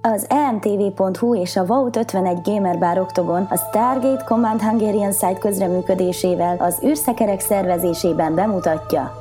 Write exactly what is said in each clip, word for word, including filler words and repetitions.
Az e em té vé pont hú és a Vault ötvenegy Gamer Bar Octogon a Stargate Command Hungarian Site közreműködésével az űrszekerek szervezésében bemutatja.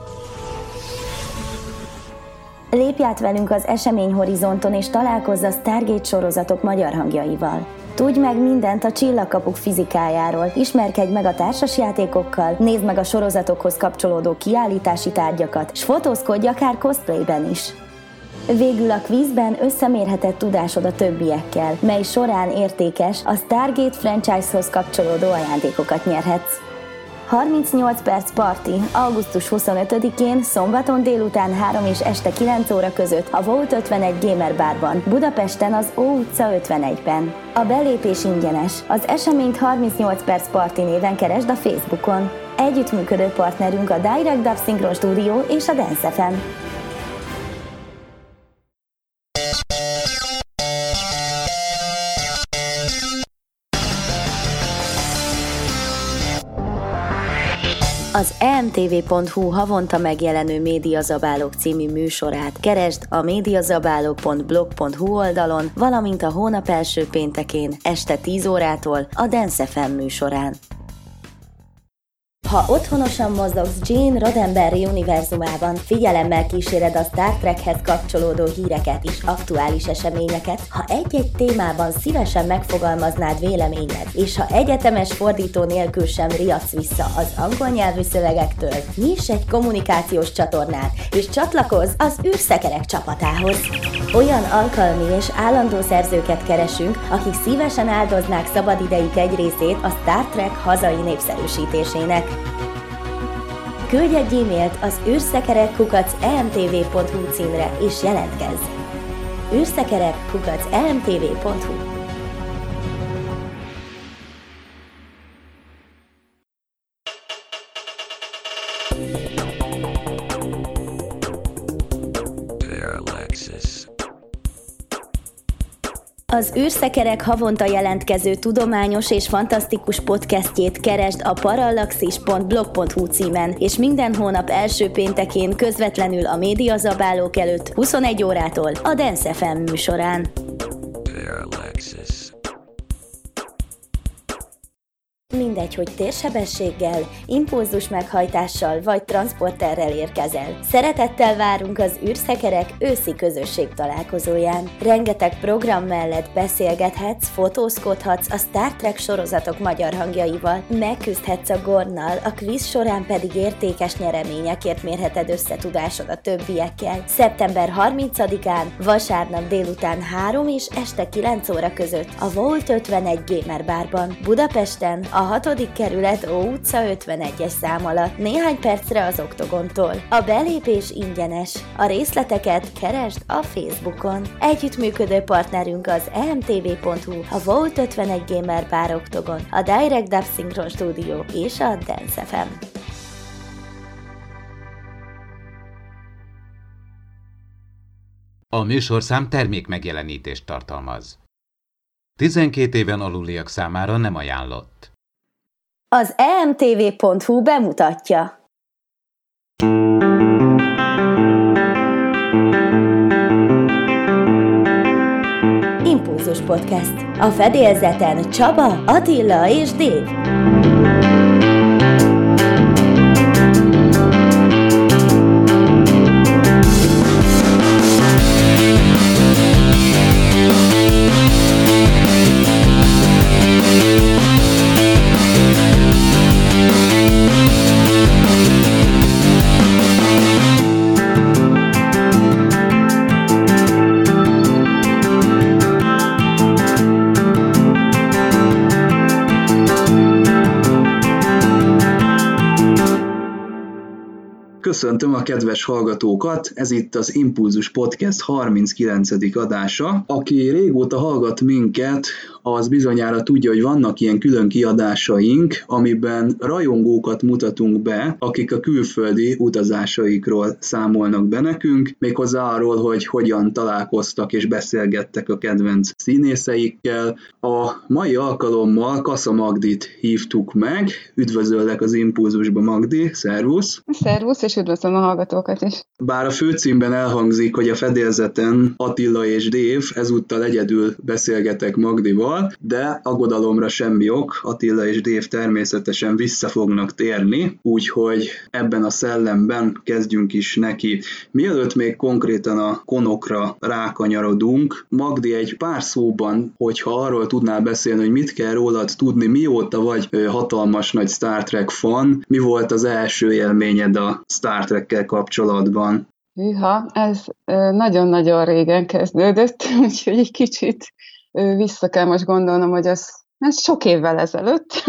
Lépj át velünk az eseményhorizonton és találkozz a Stargate sorozatok magyar hangjaival. Tudj meg mindent a csillagkapuk fizikájáról, ismerkedj meg a társasjátékokkal, nézd meg a sorozatokhoz kapcsolódó kiállítási tárgyakat, s fotózkodj akár cosplayben is. Végül a kvízben összemérhetett tudásod a többiekkel, mely során értékes, a Stargate franchise-hoz kapcsolódó ajándékokat nyerhetsz. harmincnyolc perc parti augusztus huszonötödikén, szombaton délután három és este kilenc óra között a Vault ötvenegy Gamer Barban, Budapesten az Ó utca ötvenegyben. A belépés ingyenes. Az eseményt harmincnyolc perc parti néven keresd a Facebookon. Együttműködő partnerünk a Direct Dub Synchron Studio és a Dance ef em. Az e em té vé pont hú havonta megjelenő Médiazabálók című műsorát keresd a médiazabálók pont blog pont hú oldalon, valamint a hónap első péntekén este tíz órától a Dance ef em műsorán. Ha otthonosan mozogsz Gene Roddenberry univerzumában, figyelemmel kíséred a Star Trekhez kapcsolódó híreket és aktuális eseményeket, ha egy-egy témában szívesen megfogalmaznád véleményed, és ha egyetemes fordító nélkül sem riadsz vissza az angol nyelvű szövegektől, nyiss egy kommunikációs csatornát, és csatlakozz az űrszekerek csapatához. Olyan alkalmi és állandó szerzőket keresünk, akik szívesen áldoznák szabadidejük egy részét a Star Trek hazai népszerűsítésének. Küldj egy e-mailt az űrszekerek kukac e em té vé pont hú címre és jelentkezz! űrszekerek kukac e em té vé pont hú. Az űrszekerek havonta jelentkező tudományos és fantasztikus podcastjét keresd a parallaxis pont blog pont hú címen, és minden hónap első péntekén közvetlenül a Médiazabálók előtt huszonegy órától a Dance ef em műsorán. Mindegy, hogy térsebességgel, impulzus meghajtással vagy transporterrel érkezel. Szeretettel várunk az űrszekerek őszi közösség találkozóján. Rengeteg program mellett beszélgethetsz, fotózkodhatsz a Star Trek sorozatok magyar hangjaival, megküzdhetsz a Gornnal, a kvíz során pedig értékes nyereményekért mérheted össze tudásod a többiekkel. szeptember harmincadikán, vasárnap délután három és este kilenc óra között a Vault ötvenegy Gamer Barban, Budapesten, a hatodik kerület Ó utca ötvenegyes szám alatt, néhány percre az Octogontól. A belépés ingyenes. A részleteket keresd a Facebookon. Együttműködő partnerünk az e em té vé pont hú, a Vault ötvenegy Gamer Bar Octogon, a Direct Dub Synchron Studio és a Dance ef em. A műsorszám termékmegjelenítést tartalmaz. tizenkét éven aluliak számára nem ajánlott. Az e em té vé pont hú bemutatja. Impulzus Podcast. A fedélzeten Csaba, Attila és Dév. Köszöntöm a kedves hallgatókat, ez itt az Impulzus Podcast harminckilencedik adása. Aki régóta hallgat minket, az bizonyára tudja, hogy vannak ilyen külön kiadásaink, amiben rajongókat mutatunk be, akik a külföldi utazásaikról számolnak be nekünk, méghozzá arról, hogy hogyan találkoztak és beszélgettek a kedvenc színészeikkel. A mai alkalommal Kassa Magdit hívtuk meg. Üdvözöllek az Impulzusba, Magdi, szervusz! Szervusz, és üdvözlök üdvözlöm a hallgatókat is. Bár a főcímben elhangzik, hogy a fedélzeten Attila és Dév, ezúttal egyedül beszélgetek Magdival, de aggodalomra semmi ok, Attila és Dév természetesen vissza fognak térni, úgyhogy ebben a szellemben kezdjünk is neki. Mielőtt még konkrétan a konokra rákanyarodunk, Magdi, egy pár szóban, hogyha arról tudnál beszélni, hogy mit kell rólad tudni, mióta vagy hatalmas nagy Star Trek fan, mi volt az első élményed a Star Trekkel kapcsolatban? Hűha, ez nagyon-nagyon régen kezdődött, úgyhogy egy kicsit vissza kell most gondolnom, hogy ez, ez sok évvel ezelőtt.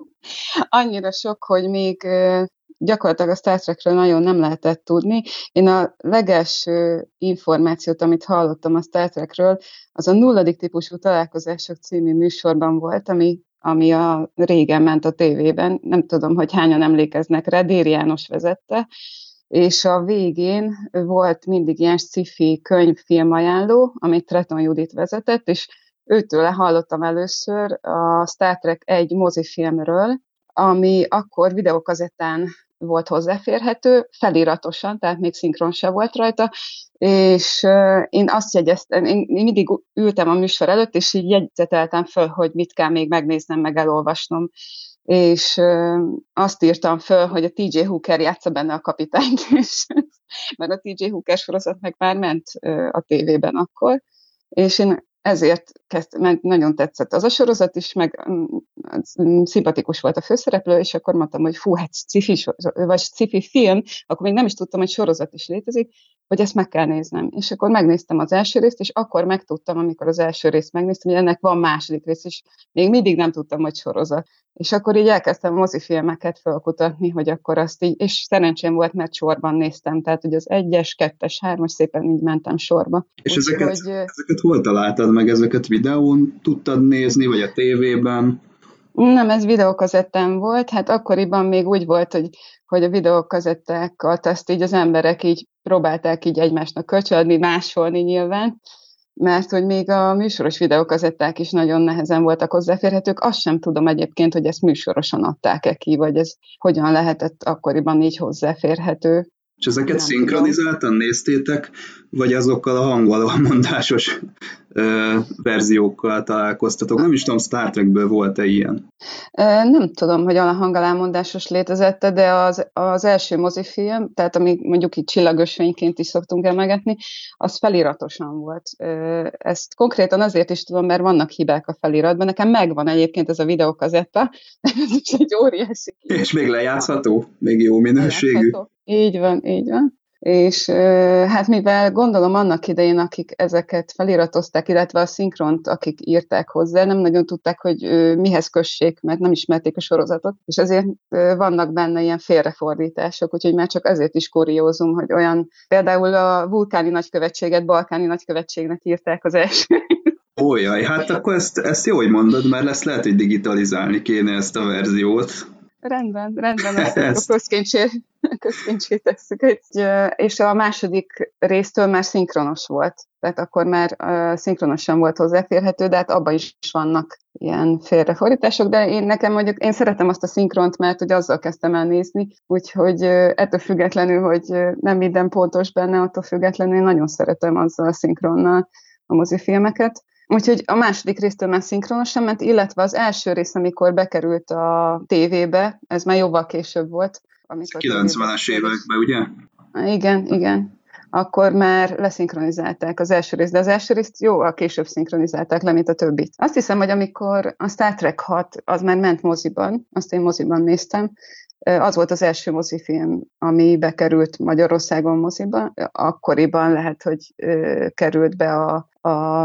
Annyira sok, hogy még gyakorlatilag a Star Trekről nagyon nem lehetett tudni. Én a legelső információt, amit hallottam a Star Trekről, az a nulladik típusú találkozások című műsorban volt, ami, ami a régen ment a tévében. Nem tudom, hogy hányan emlékeznek rá, Déri János vezette, és a végén volt mindig ilyen sci-fi könyvfilm ajánló, amit Treton Judit vezetett, és őtőle hallottam először a Star Trek egy mozifilmről, ami akkor videókazettán volt hozzáférhető, feliratosan, tehát még szinkron se volt rajta, és én azt jegyeztem, én mindig ültem a műsor előtt, és így jegyzeteltem föl, hogy mit kell még megnéznem, meg elolvasnom, és azt írtam föl, hogy a té jé Hooker játsza benne a kapitányt is, mert a té jé Hooker sorozat meg már ment a tévében akkor, és én ezért kezd, mert nagyon tetszett az a sorozat is, meg um, szimpatikus volt a főszereplő, és akkor mondtam, hogy fú, hát sci-fi, vagy sci-fi film, akkor még nem is tudtam, hogy sorozat is létezik, hogy ezt meg kell néznem. És akkor megnéztem az első részt, és akkor megtudtam, amikor az első részt megnéztem, hogy ennek van második rész, és még mindig nem tudtam, hogy sorozat. És akkor így elkezdtem a mozifilmeket felkutatni, hogy akkor azt így, és szerencsém volt, mert sorban néztem, tehát hogy az egyes, kettes, hármas szépen így mentem sorba. És úgy, ezeket, hogy, ezeket hol találtad meg? Ezeket videón tudtad nézni, vagy a tévében? Nem, ez videókazettán volt, hát akkoriban még úgy volt, hogy, hogy a videókazettákat azt így az emberek így próbálták így egymásnak kölcsönadni, másolni nyilván, mert hogy még a műsoros videókazetták is nagyon nehezen voltak hozzáférhetők. Azt sem tudom egyébként, hogy ezt műsorosan adták-e ki, vagy ez hogyan lehetett akkoriban így hozzáférhető. És ezeket szinkronizáltan néztétek, vagy azokkal a hangvalómondásos ö, verziókkal találkoztatok? Nem is tudom, Star Trekből volt-e ilyen? Nem tudom, hogy a hangalámondásos létezette, de az, az első mozifilm, tehát ami mondjuk így csillagösvényként is szoktunk emlegetni, az feliratosan volt. Ezt konkrétan azért is tudom, mert vannak hibák a feliratban. Nekem megvan egyébként ez a videókazetta, ez is egy óriási kép. És még lejátszható? Még jó minőségű? Lejátszható. Így van, így van. És hát mivel gondolom annak idején, akik ezeket feliratozták, illetve a szinkront, akik írták hozzá, nem nagyon tudták, hogy mihez kössék, mert nem ismerték a sorozatot, és ezért vannak benne ilyen félrefordítások, úgyhogy már csak ezért is kuriózum, hogy olyan, például a vulkáni nagykövetséget balkáni nagykövetségnek írták az első. Ójaj, hát akkor ezt, ezt jó, hogy mondod, mert lesz lehet, hogy digitalizálni kéne ezt a verziót. Rendben, rendben, azt a közkincsé tesszük. És a második résztől már szinkronos volt, tehát akkor már uh, szinkronosan volt hozzáférhető, de hát abban is vannak ilyen félrefordítások, de én nekem mondjuk, én szeretem azt a szinkront, mert hogy azzal kezdtem el nézni, úgyhogy uh, ettől függetlenül, hogy uh, nem minden pontos benne, attól függetlenül én nagyon szeretem azzal a szinkronnal a mozifilmeket. Úgyhogy a második résztől már szinkronosan ment, illetve az első rész, amikor bekerült a tévébe, ez már jóval később volt. kilencvenes években, ugye? Igen, igen. Akkor már leszinkronizálták az első részt, de az első részt jóval később szinkronizálták le, mint a többit. Azt hiszem, hogy amikor a Star Trek hat, az már ment moziban, azt én moziban néztem, az volt az első mozifilm, ami bekerült Magyarországon moziba. Akkoriban lehet, hogy került be a, a,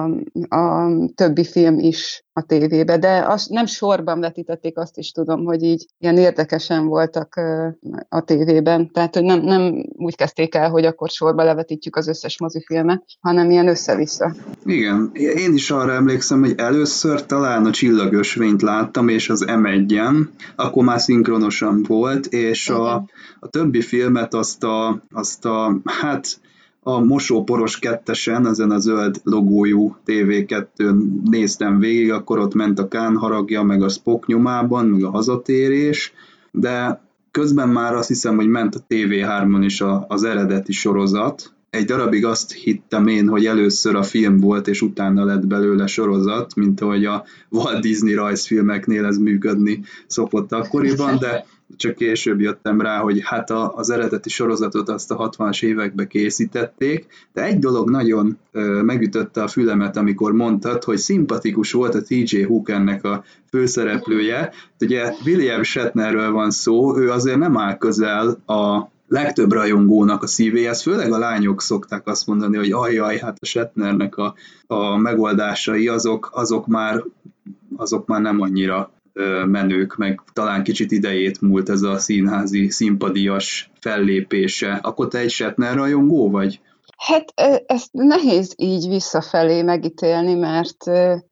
a többi film is a tévébe, de az nem sorban vetítették, azt is tudom, hogy így ilyen érdekesen voltak a tévében. Tehát, hogy nem, nem úgy kezdték el, hogy akkor sorba levetítjük az összes mozifilmet, hanem ilyen össze-vissza. Igen, én is arra emlékszem, hogy először talán a Csillagösvényt láttam, és az em egyen, akkor már szinkronosan volt, és a, a többi filmet azt a, azt a hát a Mosóporos kettesen, ezen a zöld logójú té vé kettőn néztem végig, akkor ott ment a Kán haragja, meg a Spock nyomában, meg a hazatérés, de közben már azt hiszem, hogy ment a té vé hármon is a, az eredeti sorozat. Egy darabig azt hittem én, hogy először a film volt, és utána lett belőle sorozat, mint ahogy a Walt Disney rajzfilmeknél ez működni szokott akkoriban, de csak később jöttem rá, hogy hát a, az eredeti sorozatot azt a hatvanas években készítették, de egy dolog nagyon ö, megütötte a fülemet, amikor mondtad, hogy szimpatikus volt a té jé Hookernek a főszereplője. Ugye William Shatnerről van szó, ő azért nem áll közel a legtöbb rajongónak a szívéhez, főleg a lányok szokták azt mondani, hogy ajjaj, hát a Shatnernek a, a megoldásai azok, azok, már, azok már nem annyira menők, meg talán kicsit idejét múlt ez a színházi, színpadias fellépése. Akkor te egy Shatner rajongó vagy? Hát ezt nehéz így visszafelé megítélni, mert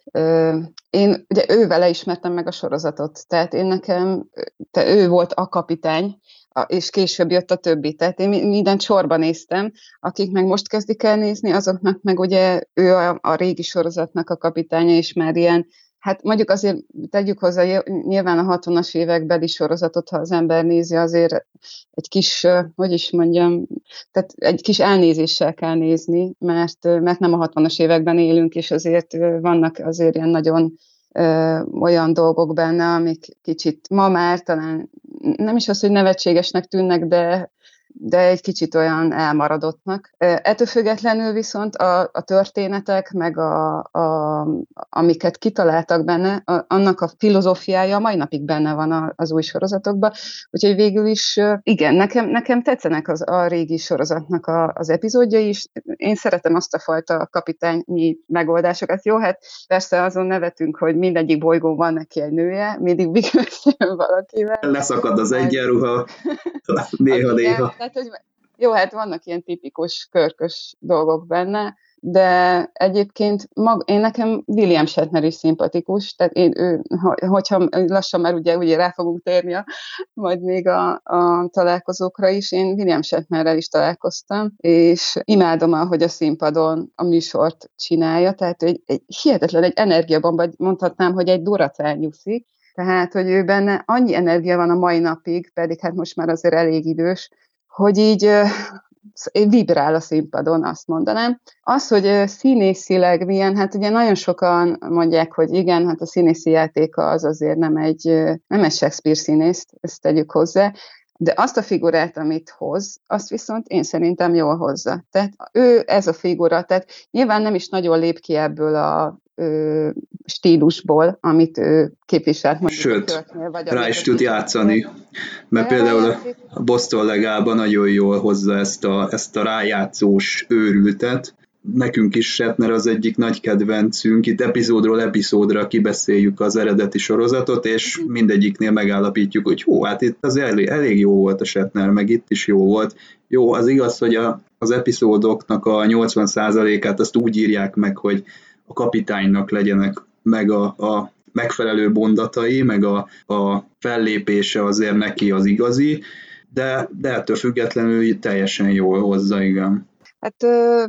én ugye ővele ismertem meg a sorozatot, tehát én nekem, te, ő volt a kapitány, és később jött a többi. Tehát én mindent sorban néztem, akik meg most kezdik el nézni, azoknak meg ugye ő a, a régi sorozatnak a kapitánya, és már ilyen, hát mondjuk azért tegyük hozzá, nyilván a hatvanas évekbeli sorozatot, ha az ember nézi, azért egy kis, hogy is mondjam, tehát egy kis elnézéssel kell nézni, mert, mert nem a hatvanas években élünk, és azért vannak azért ilyen nagyon ö, olyan dolgok benne, amik kicsit ma már talán nem is az, hogy nevetségesnek tűnnek, de de egy kicsit olyan elmaradottnak. Ettől függetlenül viszont a, a történetek, meg a, a, amiket kitaláltak benne, a, annak a filozófiája mai napig benne van a, az új sorozatokban, úgyhogy végül is igen, nekem, nekem tetszenek az, a régi sorozatnak a, az epizódjai is. Én szeretem azt a fajta kapitányi megoldásokat. Jó, hát persze azon nevetünk, hogy mindegyik bolygón van neki egy nője, mindig bigőszön valakivel. Leszakad az egyenruha, néha-néha. Tehát, hogy jó, hát vannak ilyen tipikus körkös dolgok benne, de egyébként mag, én nekem William Shatner is szimpatikus, tehát én, ő, hogyha lassan már ugye, ugye rá fogunk térni a, majd még a, a találkozókra is, én William Shatnerrel is találkoztam, és imádom, ahogy a színpadon a műsort csinálja, tehát egy, egy hihetetlen, egy energiabomba, mondhatnám, hogy egy Duracell nyuszi, tehát, hogy ő benne annyi energia van a mai napig, pedig hát most már azért elég idős, hogy így uh, vibrál a színpadon, azt mondanám. Az, hogy uh, színészileg milyen, hát ugye nagyon sokan mondják, hogy igen, hát a színészi játéka az azért nem egy, uh, nem egy Shakespeare színészt, ezt tegyük hozzá, de azt a figurát, amit hoz, azt viszont én szerintem jól hozza. Tehát ő ez a figura, tehát nyilván nem is nagyon lép ki ebből a ö, stílusból, amit ő képviselt. Sőt, Körknél, vagy rá is tud játszani, mert de például a Boston Legálban nagyon jól hozza ezt a, ezt a rájátszós őrültet. Nekünk is Shatner az egyik nagy kedvencünk, itt epizódról epizódra kibeszéljük az eredeti sorozatot, és mindegyiknél megállapítjuk, hogy hó, hát itt az elég, elég jó volt a Shatner, meg itt is jó volt. Jó, az igaz, hogy a, az epizódoknak a nyolcvan százalékát azt úgy írják meg, hogy a kapitánynak legyenek meg a, a megfelelő mondatai, meg a, a fellépése azért neki az igazi, de, de ettől függetlenül teljesen jól hozza, igen. Hát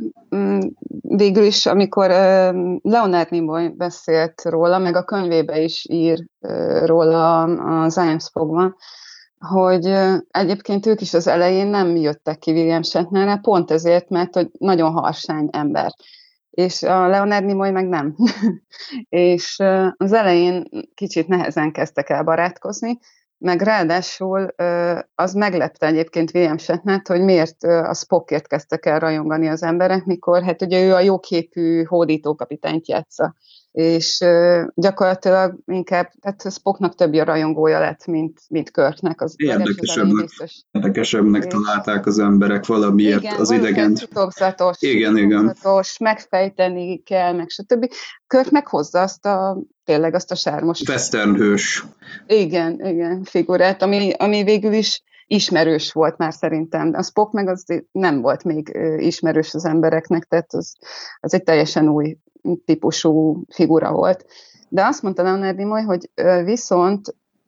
végül is, amikor Leonard Nimoy beszélt róla, meg a könyvébe is ír róla az I Am Spokban, hogy egyébként ők is az elején nem jöttek ki William Shatnerre, pont ezért, mert hogy nagyon harsány ember. És a Leonard Nimoy meg nem. És az elején kicsit nehezen kezdtek el barátkozni, meg ráadásul az meglepte egyébként William Shatnert, hogy miért a Spockért kezdtek el rajongani az emberek, mikor hát ugye ő a jóképű hódítókapitányt játsza. És gyakorlatilag inkább, tehát Spocknak több rajongója lett, mint, mint Kirknek. Az érdekesebbnek, érdekesebbnek találták az emberek valamiért, igen, az idegent. Titokzatos, igen, igen. megfejteni kell, meg stb. Kirk meghozza azt a, tényleg azt a sármos... Western hős. Igen, igen, figurát, ami, ami végül is ismerős volt már szerintem. A Spock meg az nem volt még ismerős az embereknek, tehát az, az egy teljesen új típusú figura volt. De azt mondta Leonard Nimoy, hogy viszont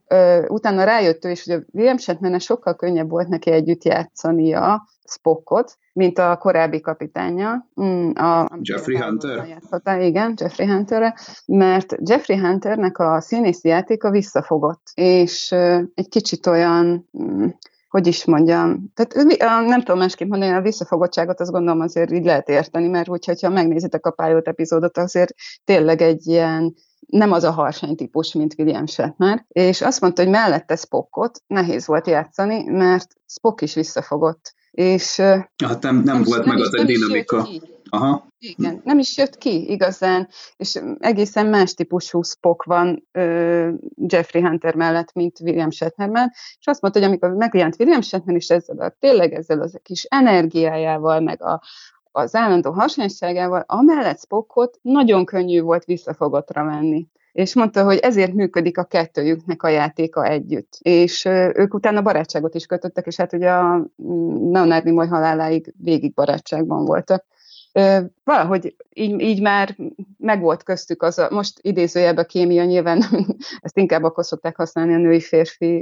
ö, utána rájött ő is, hogy a William Shatnernek sokkal könnyebb volt neki együtt játszania Spockot, mint a korábbi kapitánya. Mm, a, Jeffrey Hunter? Játszotta, igen, Jeffrey Hunterre, mert Jeffrey Hunternek a színészi játéka visszafogott, és ö, egy kicsit olyan... Mm, hogy is mondjam, tehát nem tudom másképp mondani, a visszafogottságot azt gondolom azért így lehet érteni, mert hogyha megnézitek a pilot epizódot, azért tényleg egy ilyen, nem az a harsány típus, mint William Shatner, és azt mondta, hogy mellette Spockot nehéz volt játszani, mert Spock is visszafogott. És, hát nem, nem, nem volt nem meg az a dinamika. Aha. Igen, nem is jött ki igazán, és egészen más típusú Spock van ö, Jeffrey Hunter mellett, mint William Shatner mellett, és azt mondta, hogy amikor megjelent William Shatner is ezzel a, tényleg ezzel az a kis energiájával, meg a, az állandó harsányságával, amellett Spockot nagyon könnyű volt visszafogottra menni. És mondta, hogy ezért működik a kettőjüknek a játéka együtt. És ők utána barátságot is kötöttek, és hát ugye a Leonard Nimoy haláláig végig barátságban voltak. Valahogy így, így már megvolt köztük az a, most idézőjelben a kémia, nyilván ezt inkább akkor szokták használni a női-férfi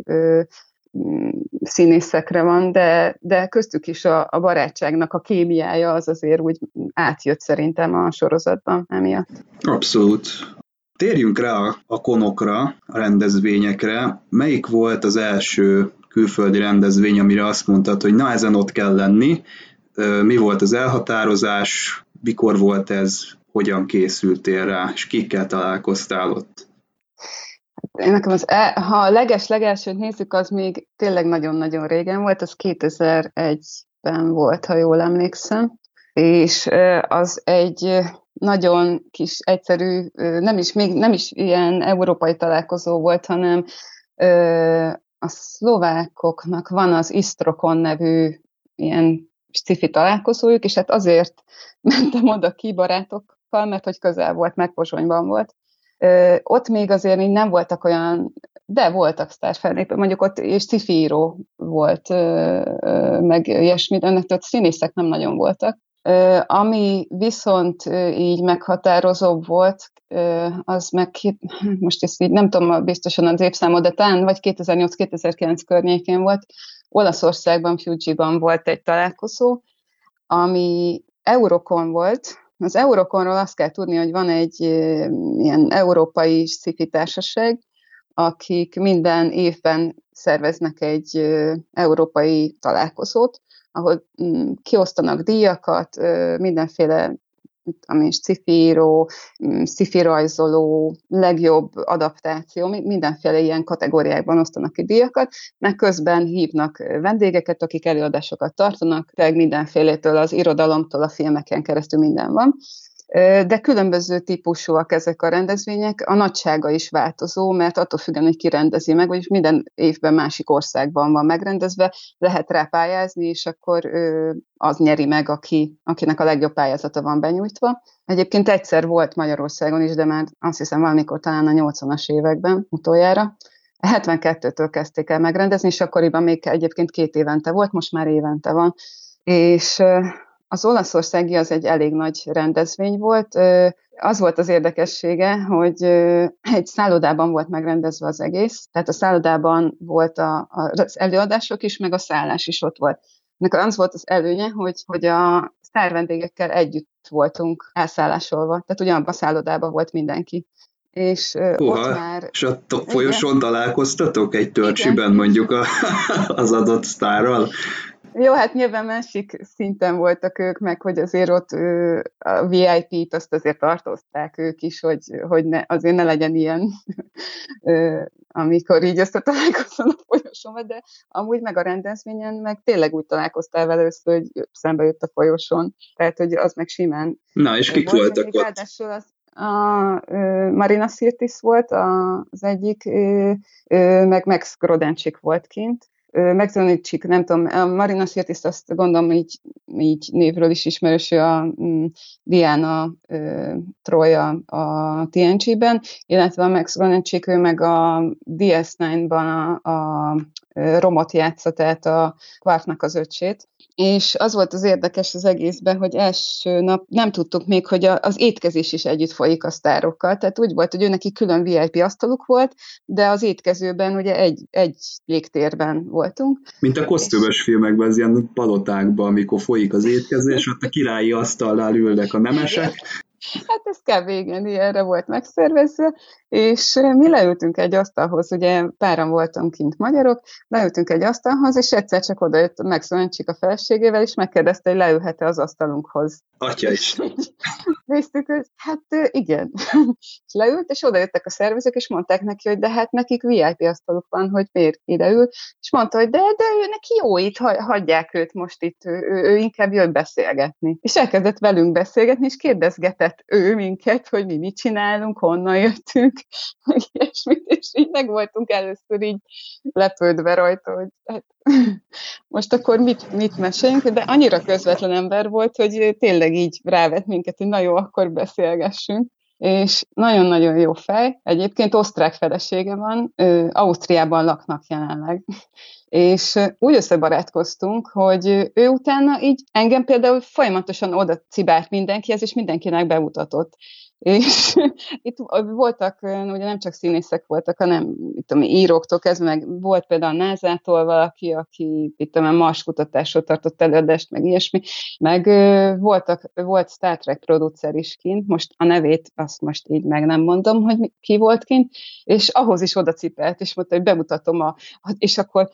színészekre van, de, de köztük is a, a barátságnak a kémiája az azért úgy átjött szerintem a sorozatban emiatt. Abszolút. Térjünk rá a, a konokra, a rendezvényekre. Melyik volt az első külföldi rendezvény, amire azt mondtad, hogy na ezen ott kell lenni? Mi volt az elhatározás, mikor volt ez, hogyan készültél rá, és kikkel találkoztál ott? Én nekem az, e, ha a leges-legelsőt nézzük, az még tényleg nagyon-nagyon régen volt, az kétezer-egyben volt, ha jól emlékszem, és az egy nagyon kis, egyszerű, nem is, még nem is ilyen európai találkozó volt, hanem a szlovákoknak van az Istrokon nevű ilyen sci-fi találkozójuk, és hát azért mentem oda ki barátokkal, mert hogy közel volt, meg Pozsonyban volt. Ö, ott még azért így nem voltak olyan, de voltak sztárfellépők, mondjuk ott és sci-fi író volt, ö, ö, meg ilyesmi, de ennek színészek nem nagyon voltak. Ö, ami viszont ö, így meghatározóbb volt, ö, az meg, most ezt így nem tudom biztosan az évszámot, de talán vagy kétezer-nyolc-kétezer-kilenc környékén volt, Olaszországban, Fiuggiban volt egy találkozó, ami Eurocon volt. Az Euroconról azt kell tudni, hogy van egy e, ilyen európai sci-fi társaság, akik minden évben szerveznek egy e, európai találkozót, ahol m, kiosztanak díjakat, e, mindenféle ami sci-fi író, sci-fi rajzoló, legjobb adaptáció, mindenféle ilyen kategóriákban osztanak ki díjakat, meg közben hívnak vendégeket, akik előadásokat tartanak, meg mindenfélétől, az irodalomtól a filmeken keresztül minden van. De különböző típusúak ezek a rendezvények, a nagysága is változó, mert attól függően, hogy ki rendezi meg, vagyis minden évben másik országban van megrendezve, lehet rá pályázni, és akkor az nyeri meg, aki, akinek a legjobb pályázata van benyújtva. Egyébként egyszer volt Magyarországon is, de már azt hiszem valamikor talán a nyolcvanas években utoljára. hetvenkettőtől kezdték el megrendezni, és akkoriban még egyébként két évente volt, most már évente van. És az olaszországi az egy elég nagy rendezvény volt. Az volt az érdekessége, hogy egy szállodában volt megrendezve az egész, tehát a szállodában volt a, az előadások is, meg a szállás is ott volt. Nekem az volt az előnye, hogy, hogy a sztárvendégekkel együtt voltunk elszállásolva, tehát ugyanabban a szállodában volt mindenki. És Uha, ott már... És a folyosón találkoztatok egy törcsiben mondjuk a, az adott sztárral? Jó, hát nyilván másik szinten voltak ők, meg hogy azért ott a vé i pét azt azért tartozták ők is, hogy, hogy ne, azért ne legyen ilyen, amikor így összetalálkozom a folyosón, de amúgy meg a rendezvényen meg tényleg úgy találkoztál vele össze, hogy szembe jött a folyosón. Tehát, hogy az meg simán. Na, és kik volt, voltak ott? Ráadásul az, a uh, Marina Sirtis volt a, az egyik, uh, uh, meg Max Grodenchik volt kint. Megzonicsik, nem tudom, a Marina Sirtis azt gondolom így, így névről is ismerős, ő a um, Diana uh, Troya a té en gé-ben, illetve a Max Grodenchik, ő meg a dé es kilencben a, a Romot játsza, tehát a Quarknak az öccsét. És az volt az érdekes az egészben, hogy első nap nem tudtuk még, hogy a, az étkezés is együtt folyik a sztárokkal. Tehát úgy volt, hogy ő neki külön vé i pé asztaluk volt, de az étkezőben ugye egy, egy légtérben voltunk. Mint a kosztümös filmekben, az ilyen palotákban, amikor folyik az étkezés, ott a királyi asztalnál ülnek a nemesek. Hát ez kb. Igen, ilyenre volt megszervezve, és mi leültünk egy asztalhoz, ugye páran voltunk kint magyarok, leültünk egy asztalhoz, és egyszer csak odajött megszólalni a feleségével, és megkérdezte, hogy leülhet-e az asztalunkhoz. Atya is. Néztük, hogy hát igen. És leült, és odajöttek a szervezők, és mondták neki, hogy de hát nekik vé i pé asztaluk van, hogy miért ideül. És mondta, hogy de, de ő neki jó itt, hagyják őt most itt, ő, ő, ő inkább jön beszélgetni. És elkezdett velünk beszélgetni, és kérdezgetett ő minket, hogy mi mit csinálunk, honnan jöttünk, meg ilyesmit, és így meg voltunk először így lepődve rajta, hogy hát, most akkor mit, mit meséljünk, de annyira közvetlen ember volt, hogy tényleg így rávett minket, hogy na jó, akkor beszélgessünk. És nagyon-nagyon jó fej. Egyébként osztrák felesége van, Ausztriában laknak jelenleg. És úgy összebarátkoztunk, hogy ő utána így engem például folyamatosan oda cibált mindenkihez, és mindenkinek bemutatott. És itt voltak, ugye nem csak színészek voltak, hanem itt tudom, íróktól kezdve, meg volt például a názától valaki, aki itt tudom, Mars kutatásról tartott előadást, meg ilyesmi, meg voltak, volt Star Trek producer is kint, most a nevét azt most így meg nem mondom, hogy ki volt kint, és ahhoz is oda cipelt, és mondta, hogy bemutatom a, és akkor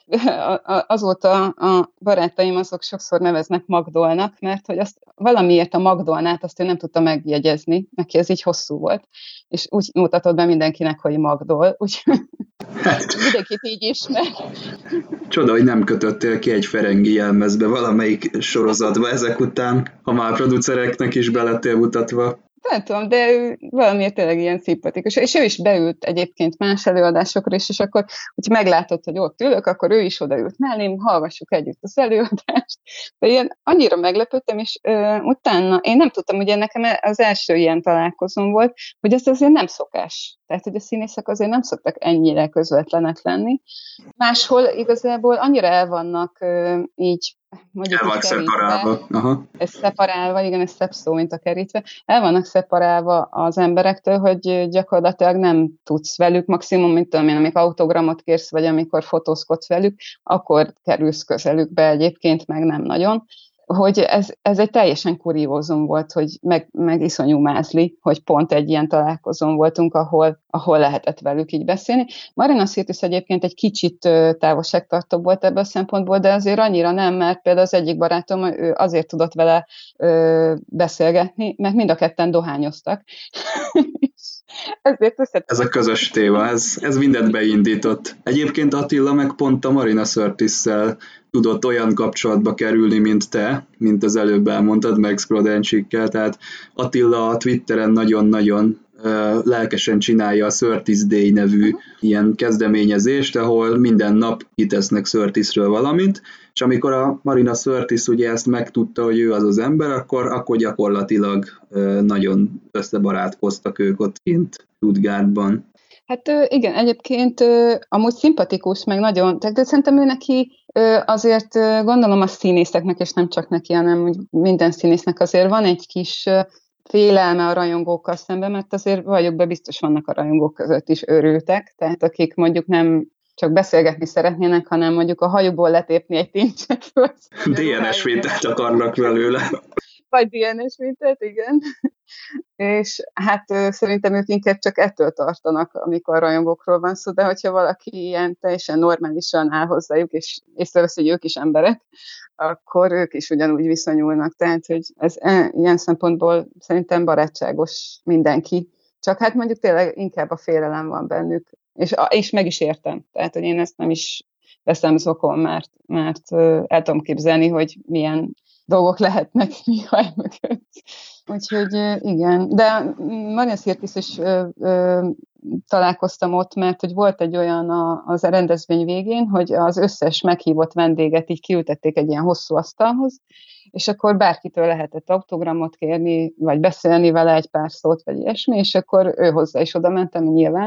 azóta a barátaim azok sokszor neveznek Magdolnak, mert hogy azt valamiért a Magdolnát azt ő nem tudta megjegyezni, neki ez így hosszú volt, és úgy mutatod be mindenkinek, hogy Magdol, úgyhogy hát, mindenkit így ismer. Csoda, hogy nem kötöttél ki egy Ferengi jelmezbe valamelyik sorozatba ezek után, ha már producereknek is belettél mutatva. Nem tudom, de ő valamiért tényleg ilyen szimpatikus. És ő is beült egyébként más előadásokra is, és akkor, hogyha meglátott, hogy ott ülök, akkor ő is odaült mellém, hallgassuk együtt az előadást. De ilyen annyira meglepődtem, és ö, utána én nem tudtam, ugye nekem az első ilyen találkozom volt, hogy ez azért nem szokás. Tehát, hogy a színészek azért nem szoktak ennyire közvetlenek lenni. Máshol igazából annyira el vannak ö, így mondjuk el vannak szeparálva. Aha. Ez szeparálva, igen, ez szebb szó, mint a kerítve. El vannak szeparálva az emberektől, hogy gyakorlatilag nem tudsz velük, maximum, mint tudom én, amikor autogramot kérsz, vagy amikor fotózkodsz velük, akkor kerülsz közelükbe egyébként, meg nem nagyon. Hogy ez, ez egy teljesen kuriózum volt, hogy meg, meg iszonyú mázli, hogy pont egy ilyen találkozón voltunk, ahol, ahol lehetett velük így beszélni. Marina Sirtis egyébként egy kicsit távolságtartóbb volt ebből a szempontból, de azért annyira nem, mert például az egyik barátom ő azért tudott vele ö, beszélgetni, mert mind a ketten dohányoztak. Ezért ez a közös téma, ez, ez mindent beindított. Egyébként Attila meg pont a Marina Sirtisszel tudott olyan kapcsolatba kerülni, mint te, mint az előbb elmondtad, meg Skrodencsikkel, tehát Attila a Twitteren nagyon-nagyon uh, lelkesen csinálja a Sirtis Day nevű ilyen kezdeményezést, ahol minden nap kitesznek Sirtisről valamit, és amikor a Marina Sirtis ugye ezt megtudta, hogy ő az az ember, akkor, akkor gyakorlatilag uh, nagyon összebarátkoztak ők ott kint Stuttgartban. Hát igen, egyébként amúgy szimpatikus, meg nagyon, de szerintem ő neki azért gondolom a színészeknek, és nem csak neki, hanem úgy minden színésznek azért van egy kis félelme a rajongókkal szemben, mert azért vagyok be, biztos vannak a rajongók között is őrültek, tehát akik mondjuk nem csak beszélgetni szeretnének, hanem mondjuk a hajukból letépni egy tincset. dé en es mintát akarnak belőle. Vagy dé en es mintát, igen. És hát szerintem ők inkább csak ettől tartanak, amikor rajongókról van szó, de hogyha valaki ilyen teljesen normálisan áll hozzájuk, és észrevesz, hogy ők is emberek, akkor ők is ugyanúgy viszonyulnak. Tehát, hogy ez ilyen szempontból szerintem barátságos mindenki. Csak hát mondjuk tényleg inkább a félelem van bennük, és, és meg is értem. Tehát, hogy én ezt nem is veszem zokon, mert, mert el tudom képzelni, hogy milyen dolgok lehetnek Mihály mögött. Úgyhogy igen, de Marina Sirtis is ö, ö, találkoztam ott, mert hogy volt egy olyan a, az rendezvény végén, hogy az összes meghívott vendéget így kiültették egy ilyen hosszú asztalhoz, és akkor bárkitől lehetett autogramot kérni, vagy beszélni vele egy pár szót, vagy ilyesmi, és akkor ő hozzá is oda mentem nyilván,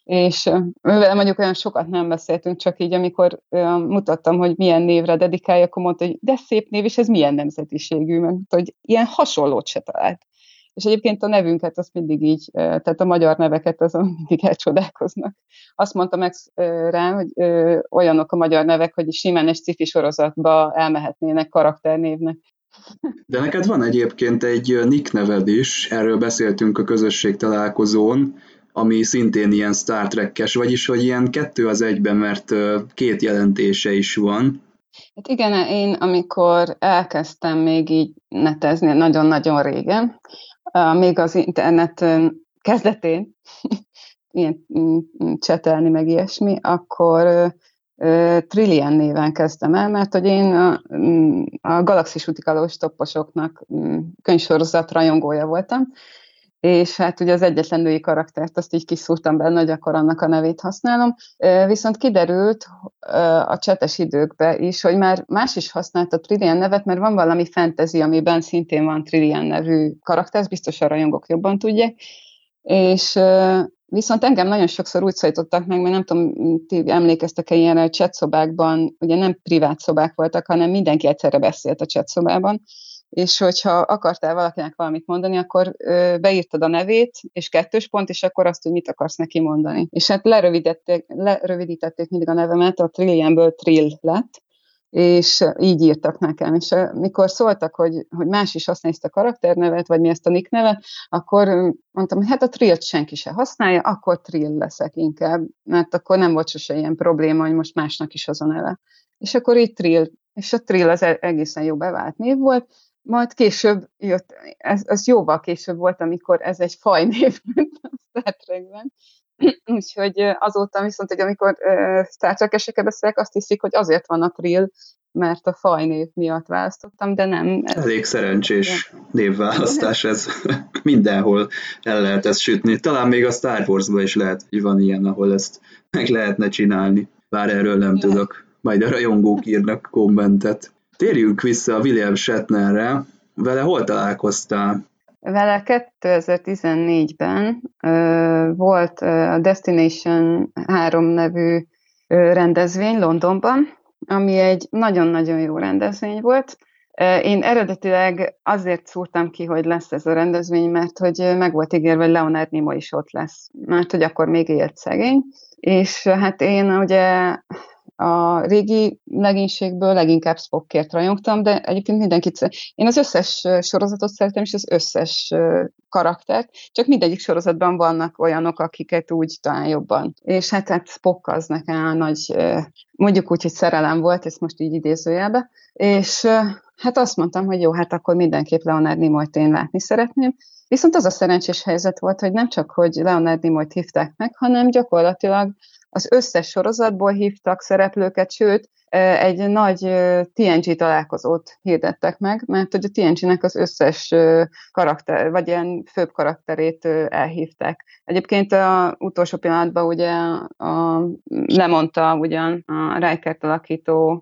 és mivel mondjuk olyan sokat nem beszéltünk, csak így, amikor mutattam, hogy milyen névre dedikálja, akkor mondta, hogy de szép név, és ez milyen nemzetiségű, mert hogy ilyen hasonlót se talált. És egyébként a nevünket azt mindig így, tehát a magyar neveket azon mindig elcsodálkoznak. Azt mondta meg rá, hogy olyanok a magyar nevek, hogy simán egy sci-fi sorozatba elmehetnének karakternévnek. De neked van egyébként egy nick neved is, erről beszéltünk a közösség találkozón, ami szintén ilyen Star Trek-es, vagyis hogy ilyen kettő az egyben, mert két jelentése is van. Hát igen, én amikor elkezdtem még így netezni nagyon-nagyon régen, még az internet kezdetén, ilyen csetelni meg ilyesmi, akkor Trillian néven kezdtem el, mert hogy én a, a Galaxis Utikalós topposoknak könyvsorozat rajongója voltam, és hát ugye az egyetlen női karaktert azt így kiszúrtam benne, hogy akkor annak a nevét használom. Viszont kiderült a csetes időkben is, hogy már más is használta Trillian nevet, mert van valami fantasy, amiben szintén van Trillian nevű karakter, ezt biztos a rajongók jobban tudják, és viszont engem nagyon sokszor úgy szólítottak meg, mert nem tudom, ti emlékeztek-e ilyenre, hogy chatszobákban, ugye nem privát szobák voltak, hanem mindenki egyszerre beszélt a chatszobában, és hogyha akartál valakinek valamit mondani, akkor ö, beírtad a nevét, és kettős pont, és akkor azt, hogy mit akarsz neki mondani. És hát lerövidítették, lerövidítették mindig a nevemet, a Trillianből Trill lett, és így írtak nekem. És mikor szóltak, hogy, hogy más is használja ezt a karakternevet, vagy mi ezt a nick nevet, akkor mondtam, hogy hát a Trillt senki se használja, akkor Trill leszek inkább, mert akkor nem volt sose ilyen probléma, hogy most másnak is az a neve. És akkor így Trill, és a Trill az egészen jó bevált név volt. Majd később jött, ez, ez jóval később volt, amikor ez egy fajnév a Star Trekben. Úgyhogy azóta viszont, hogy amikor uh, Star Trek-esekkel beszélek, azt hiszik, hogy azért van a Trill, mert a fajnév miatt választottam, de nem. Ez elég szerencsés névválasztás ez. Mindenhol el lehet ezt sütni. Talán még a Star Wars-ban is lehet, hogy van ilyen, ahol ezt meg lehetne csinálni. Bár erről nem lehet. Tudok. Majd a rajongók írnak kommentet. Térjünk vissza a William Shatnerre. Vele hol találkoztál? Vele kétezer-tizennégyben uh, volt a Destination három nevű uh, rendezvény Londonban, ami egy nagyon-nagyon jó rendezvény volt. Uh, én eredetileg azért szúrtam ki, hogy lesz ez a rendezvény, mert hogy meg volt ígérve, hogy Leonard Nimoy is ott lesz, mert hogy akkor még élt szegény. És hát én ugye a régi legénységből leginkább Spockért rajongtam, de egyébként mindenkit, én az összes sorozatot szeretem, és az összes karaktert, csak mindegyik sorozatban vannak olyanok, akiket úgy talán jobban. És hát, hát Spock az nekem a nagy, mondjuk úgy, hogy szerelem volt, ezt most így idézőjelbe, és hát azt mondtam, hogy jó, hát akkor mindenképp Leonard Nimoyt én látni szeretném. Viszont az a szerencsés helyzet volt, hogy nem csak, hogy Leonard Nimoyt hívták meg, hanem gyakorlatilag az összes sorozatból hívtak szereplőket, sőt, egy nagy té en gé találkozót hirdettek meg, mert hogy a té en gének az összes karakter, vagy ilyen főbb karakterét elhívták. Egyébként az utolsó pillanatban ugye a, lemondta ugyan a Rikert alakító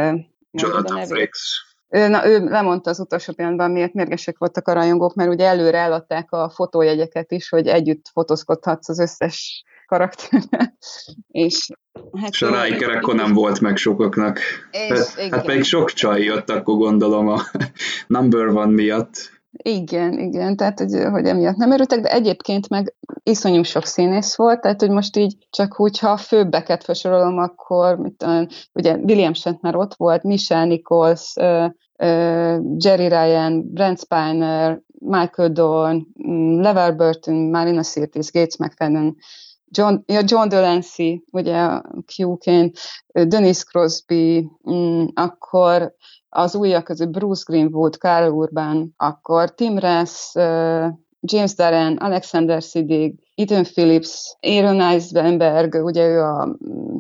Jonathan Frakes. Na, ő lemondta az utolsó pillanatban, miért mérgesek voltak a rajongók, mert ugye előre eladták a fotójegyeket is, hogy együtt fotózkodhatsz az összes karakterrel. És hát... És a Riker akkor nem volt meg sokaknak. És, hát, hát pedig sok csaj jött, akkor gondolom a number one miatt. Igen, igen, tehát hogy, hogy emiatt nem örültek, de egyébként meg iszonyú sok színész volt, tehát hogy most így csak úgy, ha a főbbeket felsorolom, akkor mit, ugye William Shatner ott volt, Michelle Nichols, uh, uh, Jerry Ryan, Brent Spiner, Michael Dorn, um, LeVar Burton, Marina Sirtis, Gates McFadden, John, ja, John Delancey, ugye Q-ként, Denise Crosby, um, akkor az újak közül Bruce Greenwood, Karl Urban, akkor Tim Russ, uh, James Darren, Alexander Siddig, Ethan Phillips, Aaron Eisenberg, ugye ő a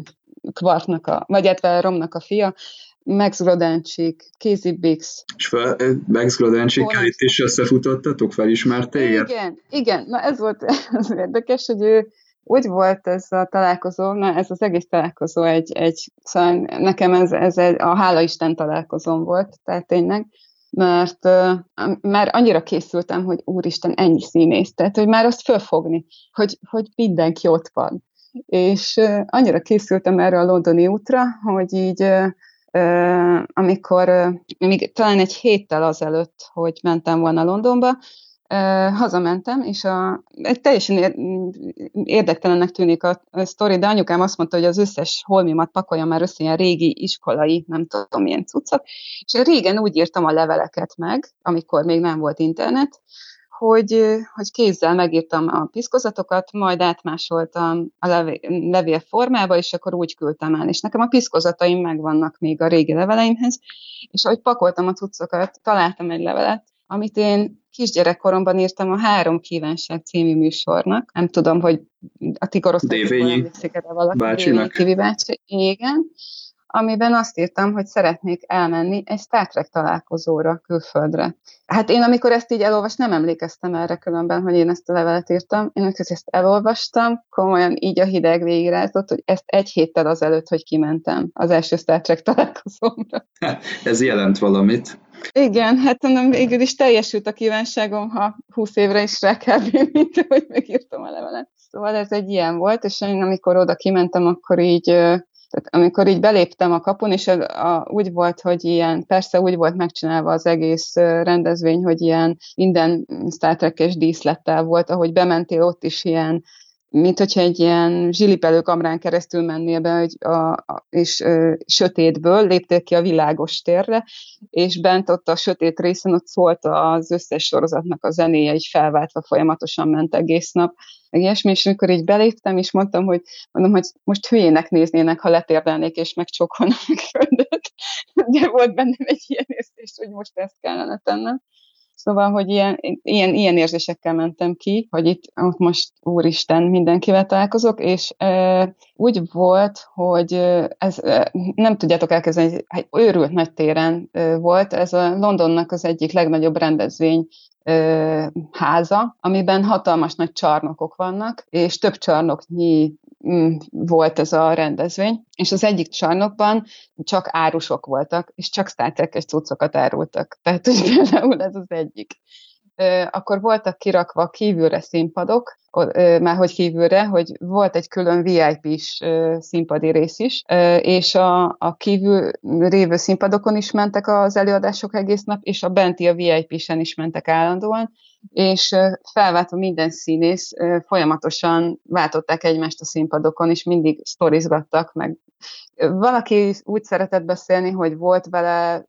Quarknak a, vagy illetve Romnak a fia, Max Grodenchik, Casey Biggs. És fel, Max Grodenchikkel itt is összefutottatok, felismert téged? Igen, igen, na ez volt az érdekes, hogy ő úgy volt ez a találkozó, na ez az egész találkozó egy, egy szóval nekem ez, ez egy, a hálaisten találkozóm volt, tehát tényleg, mert uh, már annyira készültem, hogy úristen, ennyi színész, tehát hogy már azt fölfogni, hogy, hogy mindenki ott van. és annyira készültem erre a londoni útra, hogy így amikor még talán egy héttel azelőtt, hogy mentem volna Londonba, hazamentem, és a, egy teljesen érdektelennek tűnik a, a sztori, de anyukám azt mondta, hogy az összes holmimat pakoljam már össze, ilyen régi iskolai, nem tudom, milyen cuccok, és régen úgy írtam a leveleket meg, amikor még nem volt internet, hogy, hogy kézzel megírtam a piszkozatokat, majd átmásoltam a levél, levél formába, és akkor úgy küldtem el. És nekem a piszkozataim megvannak még a régi leveleimhez, és ahogy pakoltam a cuccokat, találtam egy levelet, amit én kisgyerekkoromban írtam a Három kívánság című műsornak. Nem tudom, hogy a ti korosztályokból emlékszik erre valaki. Bácsinak. Dévényi bácsi, igen. Amiben azt írtam, hogy szeretnék elmenni egy Star Trek találkozóra külföldre. Hát én, amikor ezt így elolvastam, nem emlékeztem erre különben, hogy én ezt a levelet írtam. Én amikor ezt elolvastam, komolyan így a hideg végigrázott, hogy ezt egy héttel azelőtt, hogy kimentem az első Star Trek találkozómra. Ez jelent valamit. Igen, hát nem, végül is teljesült a kívánságom, ha húsz évre is rá kb. Mint hogy megírtam a levelet. Szóval ez egy ilyen volt, és én amikor oda kimentem, akkor így, tehát amikor így beléptem a kapun, és a, a, úgy volt, hogy ilyen, persze úgy volt megcsinálva az egész rendezvény, hogy ilyen minden Star Trek-es díszlettel volt, ahogy bementél, ott is ilyen, mint hogyha egy ilyen zsilipelő kamrán keresztül mennél be, hogy a, a, és ö, sötétből léptél ki a világos térre, és bent ott a sötét részen ott szólt az összes sorozatnak a zenéje, így felváltva folyamatosan ment egész nap, meg ilyesmi, és amikor így beléptem, és mondtam, hogy, mondom, hogy most hülyének néznének, ha letérdelnék, és megcsókolnak meg földet, de volt bennem egy ilyen érzés, hogy most ezt kellene tennem. Szóval, hogy ilyen, ilyen, ilyen érzésekkel mentem ki, hogy itt ott most úristen mindenkivel találkozok, és e, úgy volt, hogy ez e, nem tudjátok elkezdeni, egy őrült nagy téren e, volt, ez a Londonnak az egyik legnagyobb rendezvény e, háza, amiben hatalmas nagy csarnokok vannak, és több csarnoknyi mm, volt ez a rendezvény, és az egyik csarnokban csak árusok voltak, és csak Star Trek-es cuccokat árultak. Tehát, hogy például ez az egyik. Akkor voltak kirakva kívülre színpadok, már hogy kívülre, hogy volt egy külön vé i pés színpadi rész is, és a, a kívül révő színpadokon is mentek az előadások egész nap, és a benti a vé i pésen is mentek állandóan, és felváltva minden színész folyamatosan váltották egymást a színpadokon, és mindig sztorizgattak, meg valaki úgy szeretett beszélni, hogy volt vele,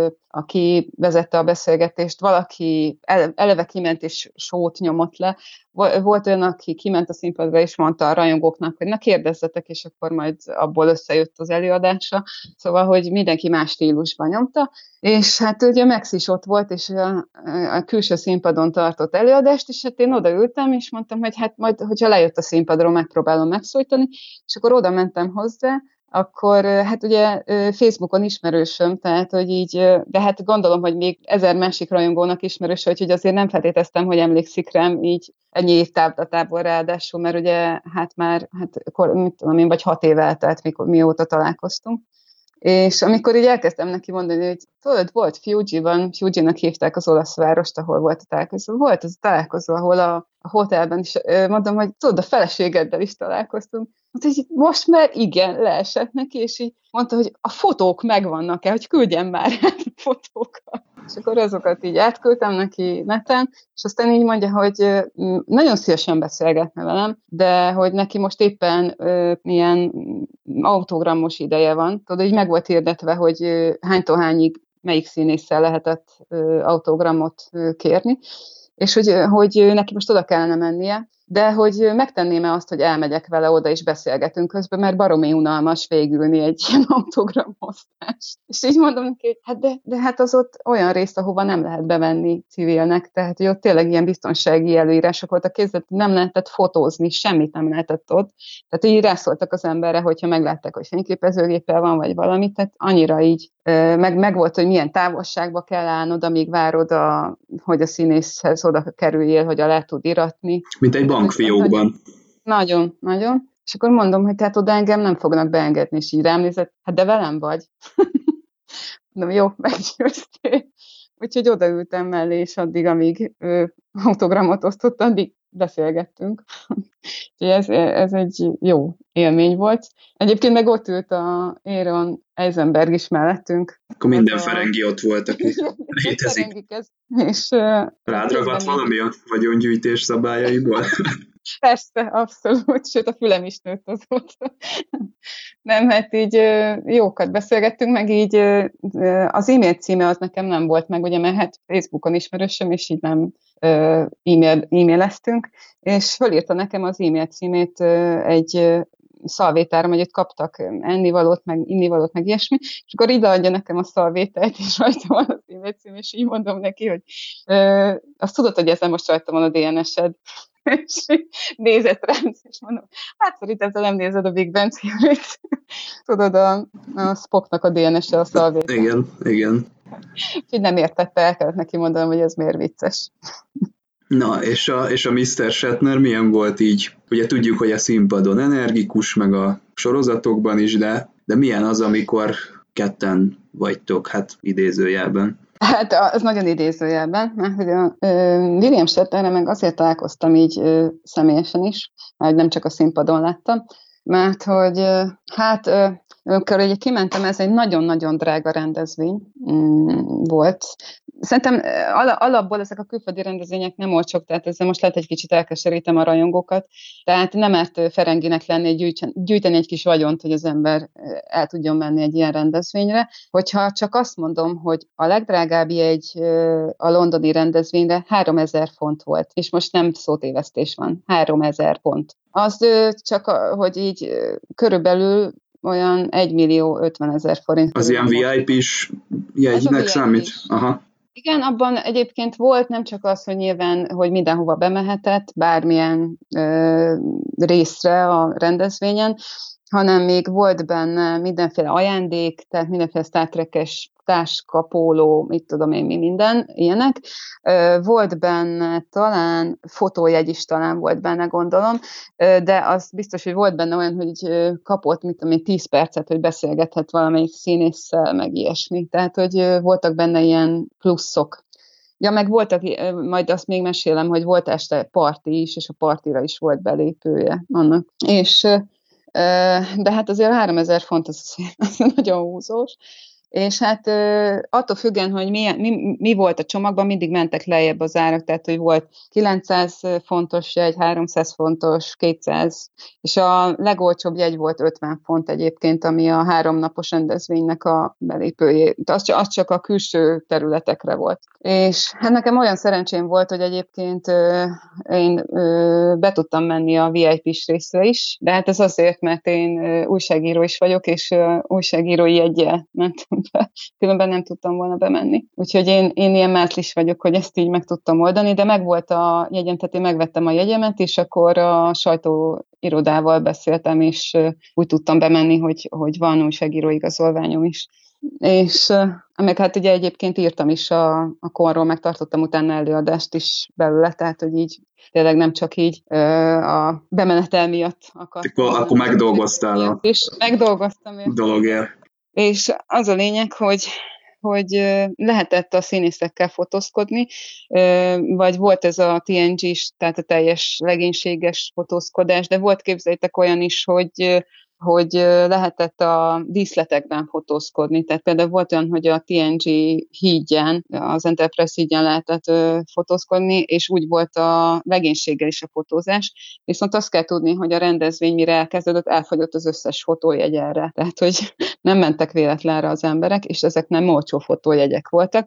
aki vezette a beszélgetést, valaki eleve kiment és sót nyomott le, volt olyan, aki kiment a színpadra és mondta a rajongóknak, hogy na kérdezzetek, és akkor majd abból összejött az előadása, szóval, hogy mindenki más stílusban nyomta, és hát ugye Max is ott volt, és a, a külső színpadon tartott előadást, és hát én odaültem, és mondtam, hogy hát majd, hogyha lejött a színpadról, megpróbálom megszólítani, és akkor oda mentem hozzá, akkor hát ugye Facebookon ismerősöm, tehát hogy így, de hát gondolom, hogy még ezer másik rajongónak ismerős, hogy azért nem feltételeztem, hogy emlékszik rám így ennyi év távlatából ráadásul, mert ugye hát már, hát mit tudom én, vagy hat év eltelt, mikor, mióta találkoztunk. És amikor így elkezdtem neki mondani, hogy tudod, volt Fuji-ban, Fuji-nak hívták az olasz várost, ahol volt a találkozó. Volt az a találkozó, ahol a, a hotelben is, mondom, hogy tudod, a feleségeddel is találkoztunk. Mondta, hogy most már igen, leesett neki, és így mondta, hogy a fotók megvannak-e, hogy küldjem már át a fotókat. És akkor azokat így átküldtem neki neten, és aztán így mondja, hogy nagyon szívesen beszélgetne velem, de hogy neki most éppen ö, milyen autogramos ideje van. Tudod, így meg volt hirdetve, hogy ö, hánytól hányig melyik színésszel lehetett ö, autogramot ö, kérni, és hogy, hogy neki most oda kellene mennie, de hogy megtenném-e azt, hogy elmegyek vele oda és beszélgetünk közben, mert baromi unalmas végülni egy ilyen autogramosztást. És így mondom neki, hogy hát de, de hát az ott olyan rész, ahova nem lehet bevenni civilnek, tehát hogy ott tényleg ilyen biztonsági előírások voltak, kézzel nem lehetett fotózni, semmit nem lehetett ott. Tehát így rászóltak az emberre, hogyha meglátták, hogy fényképezőgéppel van, vagy valami, tehát annyira így, meg, meg volt, hogy milyen távolságba kell állnod, amíg várod, a, hogy a színészhez oda kerüljél, hogy alá tud iratni. Mint egy bankfiókban. Nagyon, nagyon. És akkor mondom, hogy tehát oda engem nem fognak beengedni, és így rám nézett, hát de velem vagy. Mondom, jó, meggyőztél. Úgyhogy odaültem mellé, és addig, amíg ő autogramot osztott, addig beszélgettünk. ez, ez egy jó élmény volt. Egyébként meg ott ült a Aaron Eisenberg is mellettünk. Akkor minden a... Ferengi ott volt, aki létezik. És, rád ragadt valami a vagyongyűjtés szabályaiból? Persze, abszolút, sőt a fülem is nőtt azóta. Nem, hát így jókat beszélgettünk, meg így az e-mail címe az nekem nem volt meg, ugye, mert hát Facebookon ismerősöm, és így nem e-mail, e-maileztünk, és fölírta nekem az e-mail címét egy szalvétára, hogy ott kaptak ennivalót, meg innivalót, meg ilyesmi, és akkor ide adja nekem a szalvétát, és rajta van az e-mail cím, és így mondom neki, hogy ö, azt tudod, hogy ezen most rajta van a dé en es-ed. És nézett rám, és mondom, hát szerintem te nem nézed a Big Bang Theory-t. Tudod, a, a Spocknak a dé en es-e a szalvétát. Igen, igen. Úgyhogy nem értette, el kellett neki mondanom, hogy ez miért vicces. Na, és a, és a miszter Shatner milyen volt így? Ugye tudjuk, hogy a színpadon energikus, meg a sorozatokban is, de, de milyen az, amikor ketten vagytok, hát idézőjelben? Hát az nagyon idézőjelben, mert hogy a William Shatnerre meg azért találkoztam így ö, személyesen is, mert nem csak a színpadon láttam, mert hogy ö, hát ö, amikor ugye kimentem, ez egy nagyon-nagyon drága rendezvény mm, volt. Szerintem alapból ezek a külföldi rendezvények nem olcsók, tehát ezzel most lehet egy kicsit elkeserítem a rajongókat. Tehát nem árt Ferenginek lenni, gyűjteni, gyűjteni egy kis vagyont, hogy az ember el tudjon menni egy ilyen rendezvényre. Hogyha csak azt mondom, hogy a legdrágább jegy a londoni rendezvényre háromezer font volt, és most nem szótévesztés van, háromezer font. Az csak, hogy így körülbelül olyan egymillió ötvenezer forint. Az ilyen vé i pés jegynek számít? Aha. Igen, abban egyébként volt nem csak az, hogy nyilván, hogy mindenhova bemehetett, bármilyen ö, részre a rendezvényen, hanem még volt benne mindenféle ajándék, tehát mindenféle Star Trek-es táska, póló, mit tudom én, mi minden, ilyenek. Volt benne talán, fotójegy is talán volt benne, gondolom, de az biztos, hogy volt benne olyan, hogy kapott, mit tudom én, tíz percet, hogy beszélgethet valamelyik színésszel, meg ilyesmi. Tehát, hogy voltak benne ilyen pluszok. Ja, meg voltak, majd azt még mesélem, hogy volt este parti is, és a partira is volt belépője annak. És de hát azért háromezer font az, az nagyon húzós, és hát attól függően, hogy mi, mi, mi volt a csomagban, mindig mentek lejjebb az árak, tehát hogy volt kilencszáz fontos jegy, háromszáz fontos, kétszáz, és a legolcsóbb jegy volt ötven font egyébként, ami a háromnapos rendezvénynek a belépője. Az, az csak a külső területekre volt. És hát nekem olyan szerencsém volt, hogy egyébként ö, én ö, be tudtam menni a vé i pés részre is, de hát ez azért, mert én ö, újságíró is vagyok, és ö, újságírói jeggyel mentem be. Különben nem tudtam volna bemenni. Úgyhogy én, én ilyen mátlis vagyok, hogy ezt így meg tudtam oldani, de megvolt a jegyem, tehát én megvettem a jegyemet, és akkor a sajtóirodával beszéltem, és ö, úgy tudtam bemenni, hogy, hogy van újságíró igazolványom is. És meg hát ugye egyébként írtam is a, a korról, megtartottam utána előadást is belőle, tehát hogy így tényleg nem csak így ö, a bemenetel miatt akartam. Akkor, akkor megdolgoztál a és megdolgoztam dologért. És az a lényeg, hogy hogy lehetett a színészekkel fotózkodni, vagy volt ez a té en gés, tehát a teljes legénységes fotózkodás, de volt, képzeljétek, olyan is, hogy hogy lehetett a díszletekben fotózkodni. Tehát például volt olyan, hogy a té en gé hídján, az Enterprise hídján lehetett fotózkodni, és úgy volt a legénységgel is a fotózás. Viszont azt kell tudni, hogy a rendezvény, mire elkezdődött, elfogyott az összes fotójegy erre. Tehát, hogy nem mentek véletlenre az emberek, és ezek nem olcsó fotójegyek voltak.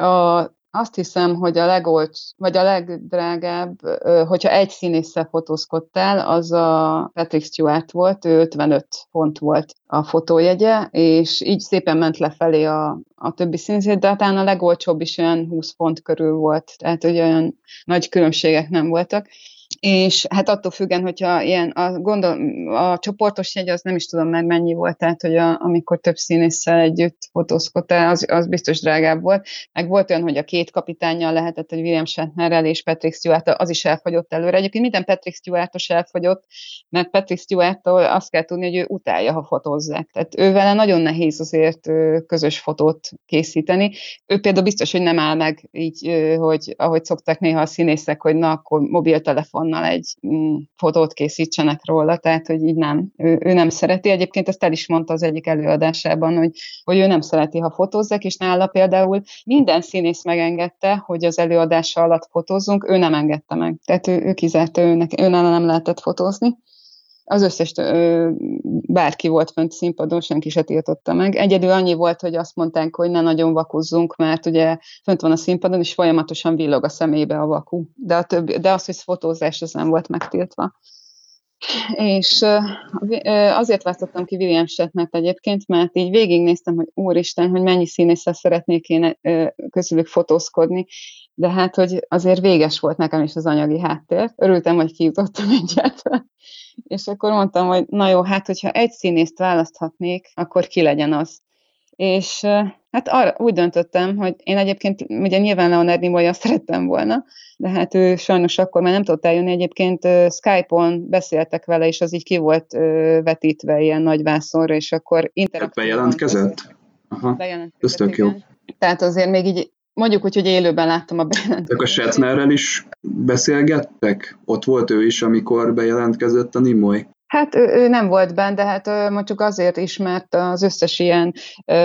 A Azt hiszem, hogy a legolcs, vagy a legdrágább, hogyha egy színésszel fotózkodtál, az a Patrick Stewart volt, ő ötvenöt font volt a fotójegye, és így szépen ment lefelé a, a többi színész, de talán a legolcsóbb is olyan húsz font körül volt, tehát hogy olyan nagy különbségek nem voltak. És hát attól függen, hogyha ilyen, a, gondol, a csoportos jegy, az nem is tudom meg mennyi volt, tehát hogy a, amikor több színésszel együtt fotózkodtál, az, az biztos drágább volt. Meg volt olyan, hogy a két kapitánnyal lehetett, hogy William Shatnerrel és Patrick Stewart, az is elfogyott előre. Egyébként minden Patrick Stewartos elfogyott, mert Patrick Stewarttól azt kell tudni, hogy ő utálja, ha fotózzák. Tehát ő vele nagyon nehéz azért közös fotót készíteni. Ő például biztos, hogy nem áll meg így, hogy ahogy szokták néha a színészek, hogy na, akkor mobiltelefon iPhone-nal egy mm, fotót készítsenek róla, tehát, hogy így nem. Ő, ő nem szereti. Egyébként ezt el is mondta az egyik előadásában, hogy, hogy ő nem szereti, ha fotózzák, és nála például minden színész megengedte, hogy az előadása alatt fotózzunk, ő nem engedte meg. Tehát ő, ő kizárta, őnek, ő nála nem lehetett fotózni. Az összes ö, bárki volt fönt színpadon, senki se tiltotta meg. Egyedül annyi volt, hogy azt mondták, hogy ne nagyon vakuzzunk, mert ugye fönt van a színpadon, és folyamatosan villog a szemébe a vaku. De, a többi, de az, hogy fotózás, az nem volt megtiltva. És ö, azért választottam ki William Shatnert egyébként, mert így végignéztem, hogy úristen, hogy mennyi színésszel szeretnék én ö, közülük fotózkodni, de hát, hogy azért véges volt nekem is az anyagi háttér. Örültem, hogy kijutottam egyáltalán. És akkor mondtam, hogy na jó, hát hogyha egy színészt választhatnék, akkor ki legyen az. És hát arra úgy döntöttem, hogy én egyébként ugye nyilván Leonard Nimoyjal szerettem volna, de hát ő sajnos akkor már nem tudott eljönni. Egyébként Skype-on beszéltek vele, és az így ki volt vetítve ilyen nagy vászonra, és akkor interaktívan... Bejelentkezett? Aha, bejelentkezett, ez tök jó. Tehát azért még így mondjuk úgy, hogy élőben láttam a bejelentkezést. A Shatnerrel is beszélgettek? Ott volt ő is, amikor bejelentkezett a Nimoy? Hát ő, ő nem volt benne, de hát mondjuk azért is, mert az összes ilyen ö,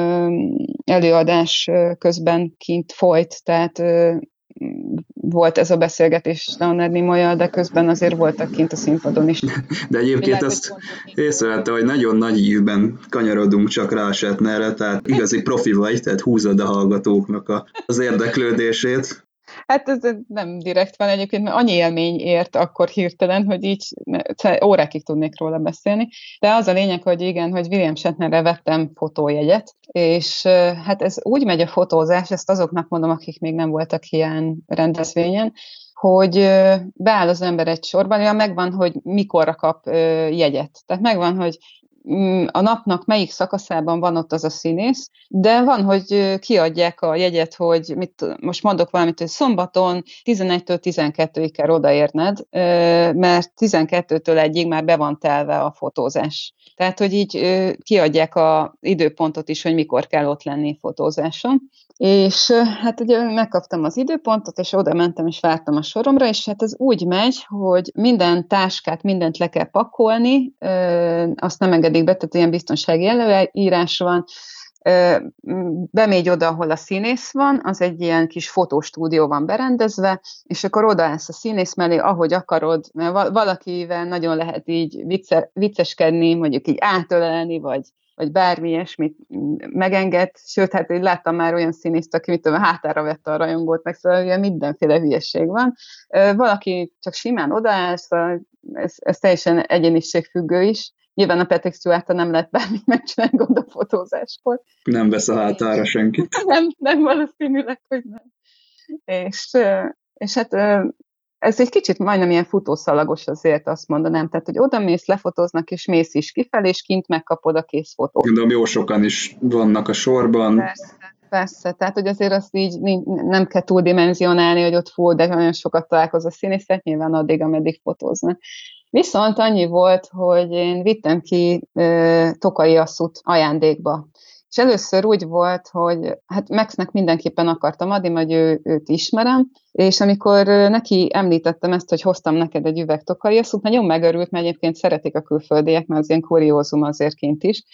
előadás közben kint folyt, tehát ö, volt ez a beszélgetés Leonard Nimoyjal, de közben azért voltak kint a színpadon is. De egyébként azt észrevette, hogy nagyon nagy ívben kanyarodunk csak rá a Shatnerre, tehát igazi profi vagy, tehát húzod a hallgatóknak a, az érdeklődését. Hát ez nem direkt van egyébként, mert annyi élmény ért akkor hirtelen, hogy így órákig tudnék róla beszélni. De az a lényeg, hogy igen, hogy William Shatnerre vettem fotójegyet, és hát ez úgy megy a fotózás, ezt azoknak mondom, akik még nem voltak ilyen rendezvényen, hogy beáll az ember egy sorban, olyan megvan, hogy mikorra kap jegyet. Tehát megvan, hogy a napnak melyik szakaszában van ott az a színész, de van, hogy kiadják a jegyet, hogy mit, most mondok valamit, hogy szombaton tizenegytől tizenkettőig kell odaérned, mert tizenkettőtől egyig már be van telve a fotózás. Tehát, hogy így kiadják az időpontot is, hogy mikor kell ott lenni fotózáson. És hát ugye megkaptam az időpontot, és oda mentem, és vártam a soromra, és hát ez úgy megy, hogy minden táskát, mindent le kell pakolni, azt nem engedik be, tehát ilyen biztonsági előírás van, bemégy oda, ahol a színész van, az egy ilyen kis fotostúdió van berendezve, és akkor odaállsz a színész mellé, ahogy akarod, mert valakivel nagyon lehet így vicce, vicceskedni, mondjuk így átölelni, vagy vagy bármi ilyesmit megenged, sőt, hát én láttam már olyan színészt, aki mit tudom, hátára vette a rajongót, meg szóval ilyen mindenféle hülyeség van. Valaki csak simán odaáll, szóval ez, ez teljesen egyéniségfüggő is. Nyilván a Patrick Stewart-tal nem lehet bármit megcsinálni gondofotózáskor. Nem vesz a hátára senki. Nem, nem valószínűleg, hogy nem. És, és hát ez egy kicsit majdnem ilyen futószalagos azért, azt mondanám. Tehát, hogy oda mész, lefotóznak, és mész is kifelé, és kint megkapod a kész fotót. Gondolom, jó sokan is vannak a sorban. Persze, persze. Tehát, hogy azért azt így nem kell túldimenzionálni, hogy ott fú, de nagyon sokat találkoz a színészek, nyilván addig, ameddig fotóznak. Viszont annyi volt, hogy én vittem ki uh, Tokai Asszút ajándékba. És először úgy volt, hogy hát Maxnek mindenképpen akartam adni, majd ő, őt ismerem, és amikor neki említettem ezt, hogy hoztam neked egy üveg Tokai Asszút, nagyon megörült, mert egyébként szeretik a külföldiek, mert az ilyen kuriózum azért kint is,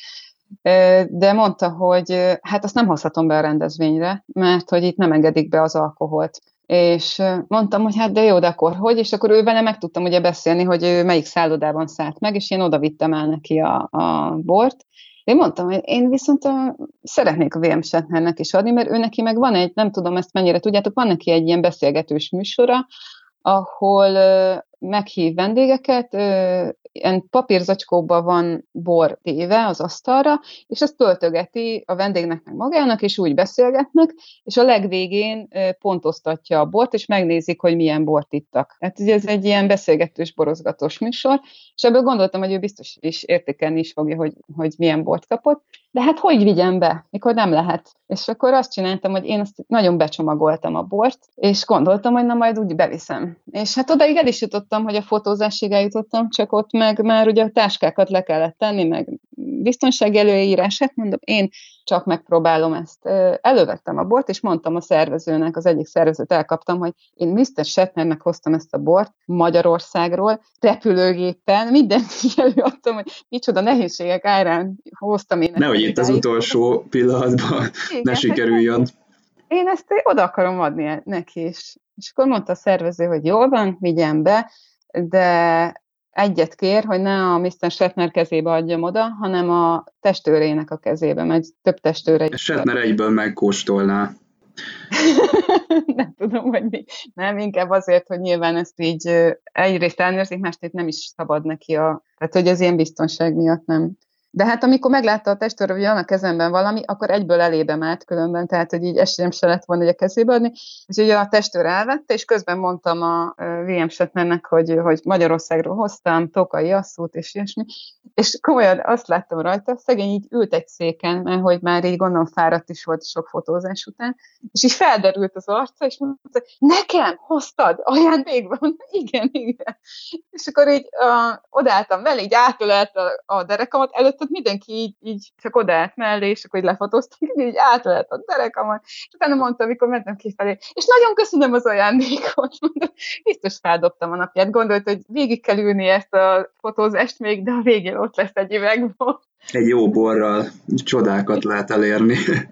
de mondta, hogy hát azt nem hozhatom be a rendezvényre, mert hogy itt nem engedik be az alkoholt. És mondtam, hogy hát de jó, de akkor hogy? És akkor ő vele meg tudtam ugye beszélni, hogy ő melyik szállodában szállt meg, és én oda vittem el neki a, a bort. Én mondtam, hogy én viszont a, szeretnék a William Shatnernek is adni, mert ő neki meg van egy, nem tudom ezt mennyire tudjátok, van neki egy ilyen beszélgetős műsora, ahol uh, meghív vendégeket, uh, ilyen papírzacskóban van bor téve az asztalra, és ezt töltögeti a vendégnek meg magának, és úgy beszélgetnek, és a legvégén uh, pontoztatja a bort, és megnézik, hogy milyen bort ittak. Hát ez egy ilyen beszélgetős, borozgatós műsor, és ebből gondoltam, hogy ő biztos is értékelni is fogja, hogy, hogy milyen bort kapott, de hát hogy vigyem be, mikor nem lehet. És akkor azt csináltam, hogy én azt nagyon becsomagoltam a bort, és gondoltam, hogy na majd úgy beviszem. És hát odaig el is jutottam, hogy a fotózásig eljutottam, csak ott meg már ugye a táskákat le kellett tenni, meg biztonsági előírását, mondom, én csak megpróbálom ezt. Elővettem a bort, és mondtam a szervezőnek, az egyik szervezőt elkaptam, hogy én miszter Shatnernek hoztam ezt a bort Magyarországról, repülőgéppel, mindent előadtam, hogy micsoda nehézségek árán hoztam én. Nehogy itt az utolsó pillanatban igen, ne sikerüljön. Én ezt oda akarom adni neki is. És akkor mondta a szervező, hogy jól van, vigyem be, de egyet kér, hogy ne a miszter Shatner kezébe adjam oda, hanem a testőrének a kezébe, mert több testőre... Shatner egyből megkóstolná. Nem tudom, hogy mi. Nem, inkább azért, hogy nyilván ezt így egyrészt elnőrzik, másrészt nem is szabad neki a... Tehát, hogy az ilyen biztonság miatt nem... De hát amikor meglátta a testőr, hogy van a kezemben valami, akkor egyből elébe állt különben, tehát hogy így esélyem se lett volna, hogy a kezébe adni. Úgyhogy a testőr elvette, és közben mondtam a vé em Shatnernek, hogy, hogy Magyarországról hoztam, Tokai Asszót, és ilyesmi. És komolyan azt láttam rajta, szegény így ült egy széken, mert hogy már így gondolom fáradt is volt sok fotózás után, és így felderült az arca, és mondta, nekem hoztad ajándékban? Igen, igen. És akkor így uh, odaálltam vele, így átölelte a, a derekamat, előtt mindenki így, így csak odaállt mellé, és akkor így lefotóztam, így átölelte a derekamat, és utána mondtam, amikor mentem kifelé, és nagyon köszönöm az ajándékot, mondom, biztos feldobtam a napját, gondolt, hogy végig kell ülni ezt a fotózást még, de a végén ott lesz egy üvegbor. Egy jó borral csodákat lehet elérni.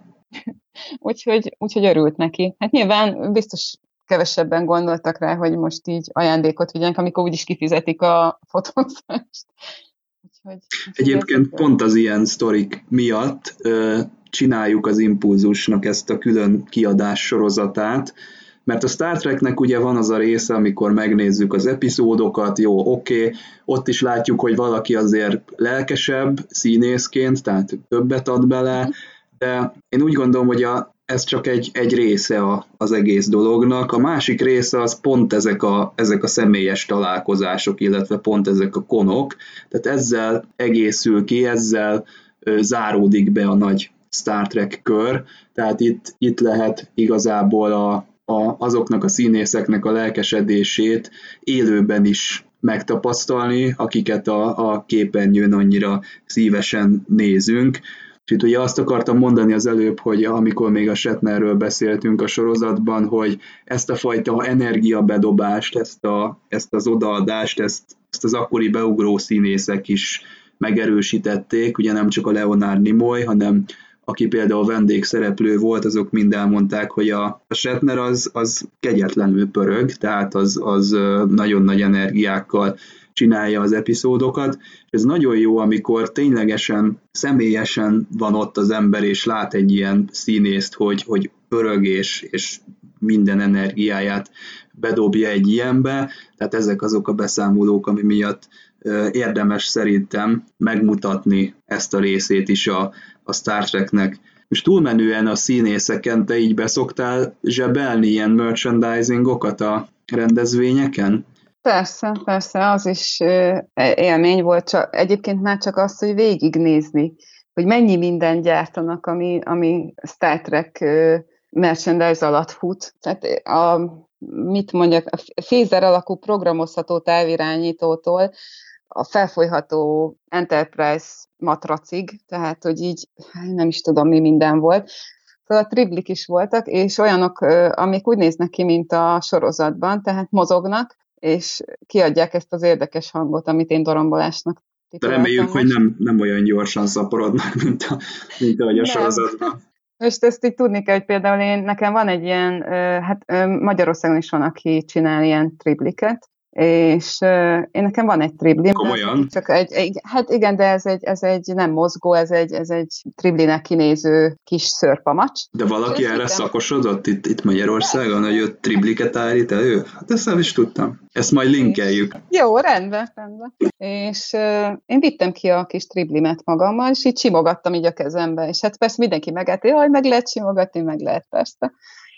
úgyhogy, úgyhogy örült neki. Hát nyilván biztos kevesebben gondoltak rá, hogy most így ajándékot vigyenek, amikor úgyis kifizetik a fotózást. Úgyhogy, Egyébként pont az ilyen sztorik miatt ö, csináljuk az Impulzusnak ezt a külön kiadás sorozatát, mert a Star Treknek ugye van az a része, amikor megnézzük az epizódokat, jó, oké, okay, ott is látjuk, hogy valaki azért lelkesebb színészként, tehát többet ad bele, de én úgy gondolom, hogy a, ez csak egy, egy része a, az egész dolognak. A másik része az pont ezek a, ezek a személyes találkozások, illetve pont ezek a konok. Tehát ezzel egészül ki, ezzel ö, záródik be a nagy Star Trek kör. Tehát itt, itt lehet igazából a, a, azoknak a színészeknek a lelkesedését élőben is megtapasztalni, akiket a, a képernyőn annyira szívesen nézünk. És itt ugye azt akartam mondani az előbb, hogy amikor még a Shatnerről beszéltünk a sorozatban, hogy ezt a fajta energiabedobást, ezt, a, ezt az odaadást, ezt, ezt az akkori beugró színészek is megerősítették, ugye nem csak a Leonard Nimoy, hanem aki például vendégszereplő volt, azok mind elmondták, hogy a, a Shatner az, az kegyetlenül pörög, tehát az, az nagyon nagy energiákkal csinálja az epizódokat, és ez nagyon jó, amikor ténylegesen, személyesen van ott az ember, és lát egy ilyen színészt, hogy, hogy pörög, és, és minden energiáját bedobja egy ilyenbe, tehát ezek azok a beszámolók, ami miatt érdemes szerintem megmutatni ezt a részét is a, a Star Treknek. És túlmenően a színészeken te így beszoktál zsebelni ilyen merchandisingokat a rendezvényeken? Persze, persze, az is élmény volt, csak, egyébként már csak az, hogy végignézni, hogy mennyi mindent gyártanak, ami, ami Star Trek merchandise alatt fut. Tehát a, mit mondjak, a fézer alakú programozható távirányítótól a felfolyható Enterprise matracig, tehát hogy így nem is tudom, mi minden volt. Szóval a triblik is voltak, és olyanok, amik úgy néznek ki, mint a sorozatban, tehát mozognak, és kiadják ezt az érdekes hangot, amit én dorombolásnak tituláltam. Reméljük, hogy nem, nem olyan gyorsan szaporodnak, mint, a, mint ahogy a sorozatban. És ezt így tudni kell, hogy például én, nekem van egy ilyen, hát Magyarországon is van, aki csinál ilyen tribliket, és én nekem van egy triblim. Komolyan? Csak egy, egy, hát igen, de ez egy, ez egy nem mozgó, ez egy, ez egy triblinek kinéző kis szőrpamacs. De valaki erre igen. szakosodott itt, itt Magyarországon, hogy ő tribliket állít elő? Hát ezt nem is tudtam. Ezt majd linkeljük. És, jó, rendben, rendben. És uh, én vittem ki a kis triblimet magammal, és így simogattam így a kezembe. És hát persze mindenki megállt, hogy meg lehet simogatni, meg lehet persze.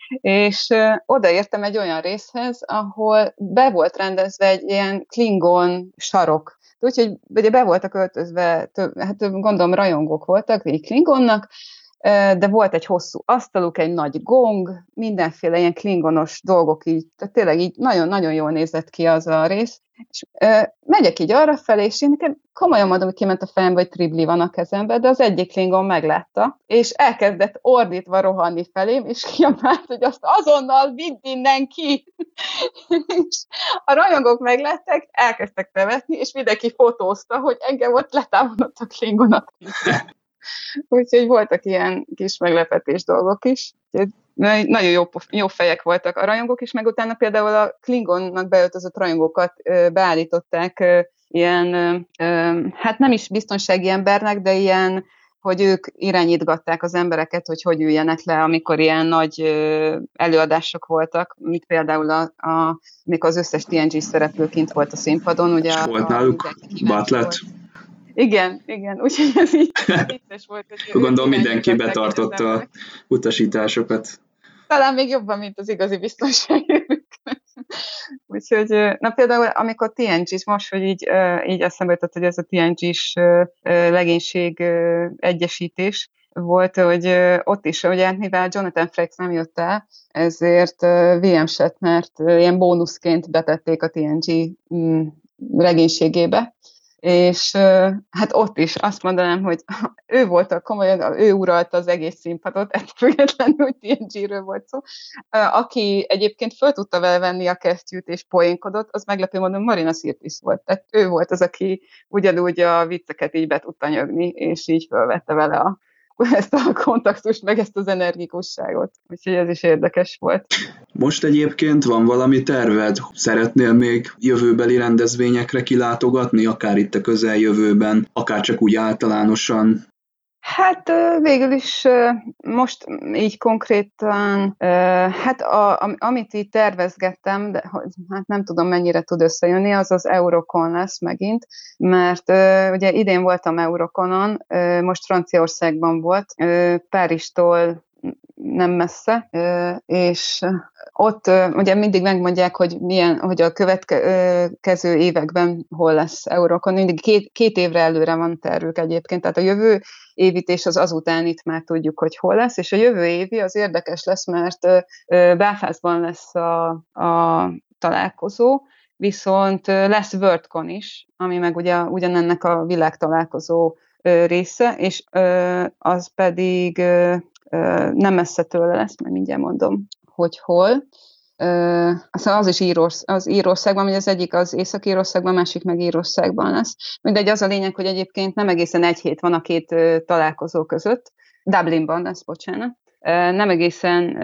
És uh, odaértem egy olyan részhez, ahol be volt rendezve egy ilyen klingon sarok. Úgyhogy ugye be voltak öltözve, több, hát gondolom rajongók voltak, így klingonnak, de volt egy hosszú asztaluk, egy nagy gong, mindenféle ilyen klingonos dolgok így, tehát tényleg így nagyon-nagyon jól nézett ki az a rész, és ö, megyek így arrafelé, és én nekem komolyan mondom, hogy kiment a fejembe, hogy tribli van a kezembe, de az egyik klingon meglátta, és elkezdett ordítva rohanni felém, és kiabált, hogy azt azonnal vidd innen ki. És a rajongók meglátták, elkezdtek nevetni, és mindenki fotózta, hogy engem ott letámadott a klingon a Úgyhogy voltak ilyen kis meglepetés dolgok is. Nagyon jó, jó fejek voltak a rajongók is, meg utána például a Klingonnak beöltözött rajongókat beállították ilyen, hát nem is biztonsági embernek, de ilyen, hogy ők irányítgatták az embereket, hogy hogy üljenek le, amikor ilyen nagy előadások voltak, mint például a, a, mikor az összes té en gé szereplő kint volt a színpadon. Ugye és volt náluk Bartlett? Igen, igen, úgyhogy ez így vicces volt. Hogy Gondolom mindenki betartotta a utasításokat. Talán még jobban, mint az igazi biztonságőrök. Úgyhogy, na például, amikor té en gé-s, most, hogy így, így eszembe jutott, hogy ez a té en gé-s legénység egyesítés volt, hogy ott is, ugye, mivel Jonathan Frakes nem jött el, ezért William Shatnert ilyen bónuszként betették a té en gé legénységébe, és hát ott is azt mondanám, hogy ő volt a komolyan, ő uralta az egész színpadot, ettől függetlenül, hogy té en gé-ről volt szó. Aki egyébként föl tudta vele venni a kesztyűt és poénkodott, az meglepő mondom, Marina Sirtis volt. Tehát ő volt az, aki ugyanúgy a vicceket így be tudta nyögni, és így fölvette vele a, ezt a kontaktust, meg ezt az energikusságot. Úgyhogy ez is érdekes volt. Most egyébként van valami terved? Szeretnél még jövőbeli rendezvényekre kilátogatni, akár itt a közeljövőben, akár csak úgy általánosan? Hát végül is most így konkrétan, hát a, amit így tervezgettem, de hát nem tudom mennyire tud összejönni, az az Eurocon lesz megint, mert ugye idén voltam Euroconon, most Franciaországban volt, Párizstól nem messze, és ott ugye mindig megmondják, hogy milyen, hogy a következő években hol lesz Eurocon. Mindig két, két évre előre van tervük egyébként, tehát a jövő évítés az azután itt már tudjuk, hogy hol lesz, és a jövő évi az érdekes lesz, mert Belfastban lesz a, a találkozó, viszont lesz Worldcon is, ami meg ugye ugyanennek a világtalálkozó része, és az pedig nem messze tőle lesz, majd mindjárt mondom, hogy hol. Aztán az is Írorsz, az Írországban, vagy az egyik az Észak-Írországban, másik meg Írországban lesz. Mindegy, az a lényeg, hogy egyébként nem egészen egy hét van a két találkozó között. Dublinban lesz, bocsánat. Nem egészen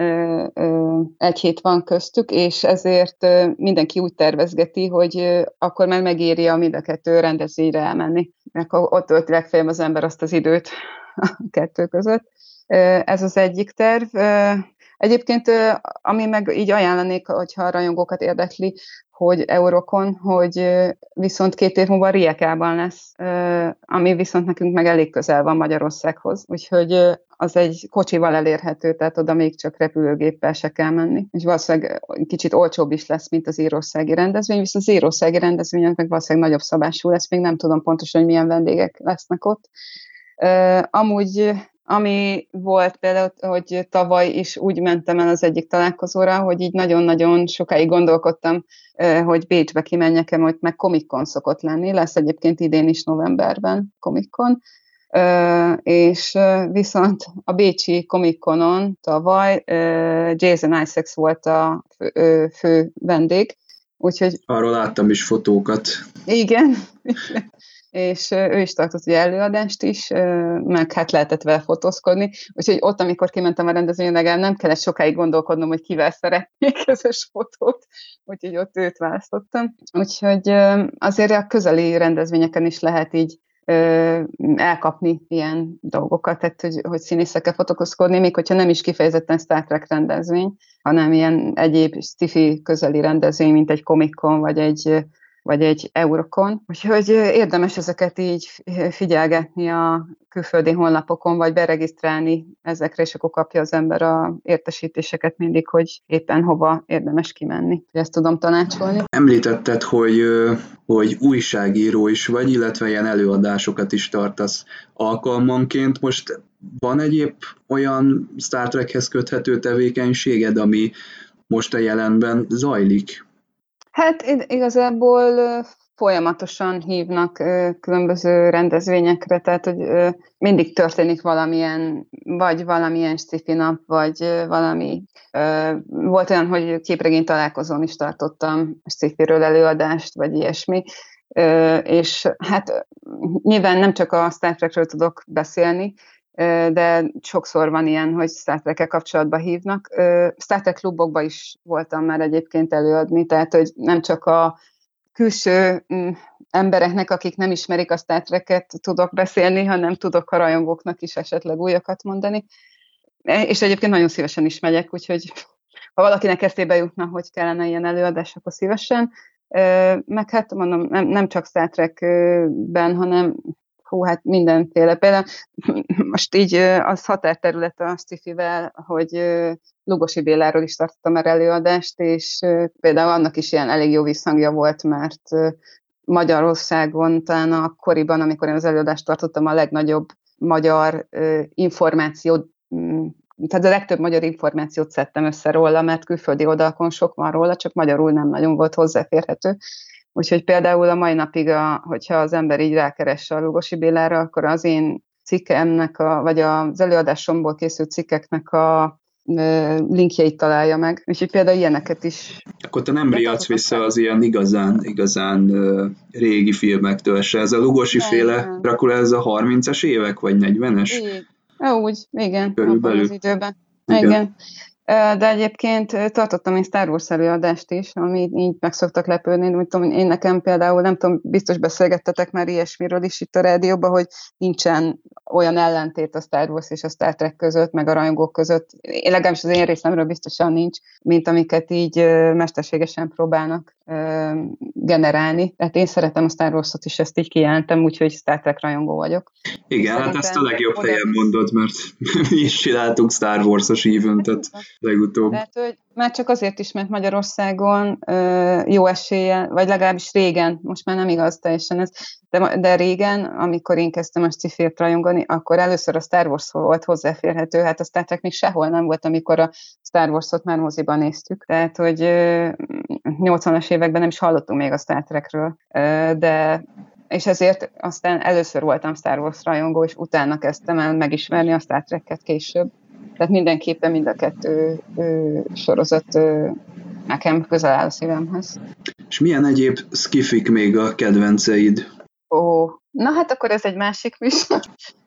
egy hét van köztük, és ezért mindenki úgy tervezgeti, hogy akkor már megéri a mind a kettő rendezvényre elmenni. Akkor ott tölti legfeljebb az ember azt az időt a kettő között. Ez az egyik terv. Egyébként, ami meg így ajánlanék, hogyha a rajongókat érdekli, hogy Eurocon, hogy viszont két év múlva Rijekában lesz, ami viszont nekünk meg elég közel van Magyarországhoz. Úgyhogy az egy kocsival elérhető, tehát oda még csak repülőgéppel se kell menni. És valószínűleg kicsit olcsóbb is lesz, mint az írországi rendezvény, viszont az írországi rendezvény meg valószínűleg nagyobb szabású lesz, még nem tudom pontosan, hogy milyen vendégek lesznek ott. Amúgy ami volt például, hogy tavaly is úgy mentem el az egyik találkozóra, hogy így nagyon-nagyon sokáig gondolkodtam, hogy Bécsbe kimenjek-e, hogy meg Comic-Con szokott lenni, lesz egyébként idén is novemberben Comic-Con, és viszont a bécsi Comic-Conon tavaly Jason Isaacs volt a fő, fő vendég, úgyhogy... Arról láttam is fotókat. Igen, és ő is tartott ugye előadást is, meg hát lehetett vele fotózkodni, úgyhogy ott, amikor kimentem a rendezvényre, legalább nem kellett sokáig gondolkodnom, hogy kivel szeretnék közös fotót, úgyhogy ott őt választottam. Úgyhogy azért a közeli rendezvényeken is lehet így elkapni ilyen dolgokat, tehát hogy, hogy színészekkel fotózkodni, még hogyha nem is kifejezetten Star Trek rendezvény, hanem ilyen egyéb sci-fi közeli rendezvény, mint egy Comic-Con, vagy egy vagy egy Eurocon. Úgyhogy érdemes ezeket így figyelgetni a külföldi honlapokon, vagy beregisztrálni ezekre, és akkor kapja az ember a értesítéseket mindig, hogy éppen hova érdemes kimenni. Ezt tudom tanácsolni. Említetted, hogy, hogy újságíró is vagy, illetve ilyen előadásokat is tartasz alkalmanként. Most van egyéb olyan Star Trekhez köthető tevékenységed, ami most a jelenben zajlik? Hát igazából folyamatosan hívnak különböző rendezvényekre, tehát hogy mindig történik valamilyen, vagy valamilyen sci-fi nap, vagy valami. Volt olyan, hogy képregény találkozón is tartottam sci-firől előadást, vagy ilyesmi, és hát nyilván nem csak a Star Trekről tudok beszélni, de sokszor van ilyen, hogy Star Trek-kel kapcsolatban hívnak. Star Trek klubokban is voltam már egyébként előadni, tehát hogy nem csak a külső embereknek, akik nem ismerik a Star Trek-et tudok beszélni, hanem tudok a rajongóknak is esetleg újakat mondani. És egyébként nagyon szívesen is megyek, úgyhogy ha valakinek eszébe jutna, hogy kellene ilyen előadás, akkor szívesen. Meg hát mondom, nem, nem csak Star Trekben, hanem hú, hát mindenféle. Például most így az határterület a sci-fivel, hogy Lugosi Béláról is tartottam már előadást, és például annak is ilyen elég jó visszhangja volt, mert Magyarországon talán akkoriban, amikor én az előadást tartottam, a legnagyobb magyar információt, tehát a legtöbb magyar információt szedtem össze róla, mert külföldi oldalakon sok van róla, csak magyarul nem nagyon volt hozzáférhető. Úgyhogy például a mai napig, a, hogyha az ember így rákeres a Lugosi Bélára, akkor az én cikkemnek, a, vagy az előadásomból készült cikkeknek a e, linkjeit találja meg. Úgyhogy például ilyeneket is. Akkor te nem riadsz vissza az ilyen igazán, igazán uh, régi filmektől se. Ez a Lugosi nem, féle nem. Dracula, ez a harmincas évek, vagy negyvenes? Így. Úgy, igen, körülbelül. Abban az időben. Igen. igen. De egyébként tartottam egy Star Wars előadást is, ami így meg szoktak lepődni. Úgy tudom, én nekem például, nem tudom, biztos beszélgettetek már ilyesmiről is itt a rádióban, hogy nincsen olyan ellentét a Star Wars és a Star Trek között, meg a rajongók között. Én legalábbis az én részemről biztosan nincs, mint amiket így mesterségesen próbálnak generálni. Tehát én szeretem a Star Wars-ot is, ezt így kijelentem, úgyhogy Star Trek rajongó vagyok. Igen, szerintem hát ezt a legjobb helyen mondod, mert mi is csináltunk Star Wars-os eventet legutóbb. Tehát, hogy már csak azért is, mert Magyarországon ö, jó eséllyel, vagy legalábbis régen, most már nem igaz teljesen ez, de, de régen, amikor én kezdtem a sci-fiért rajongani, akkor először a Star Wars volt hozzáférhető, hát a Star Trek még sehol nem volt, amikor a Star Wars-ot már moziban néztük. Tehát, hogy ö, nyolcvanas években nem is hallottunk még a Star Trekről, ö, de és ezért aztán először voltam Star Wars rajongó, és utána kezdtem el megismerni a Star Trek-et később. Tehát mindenképpen mind a kettő ö, sorozat ö, nekem közel áll a szívemhez. És milyen egyéb skifik még a kedvenceid? Ó, na hát akkor ez egy másik műsor.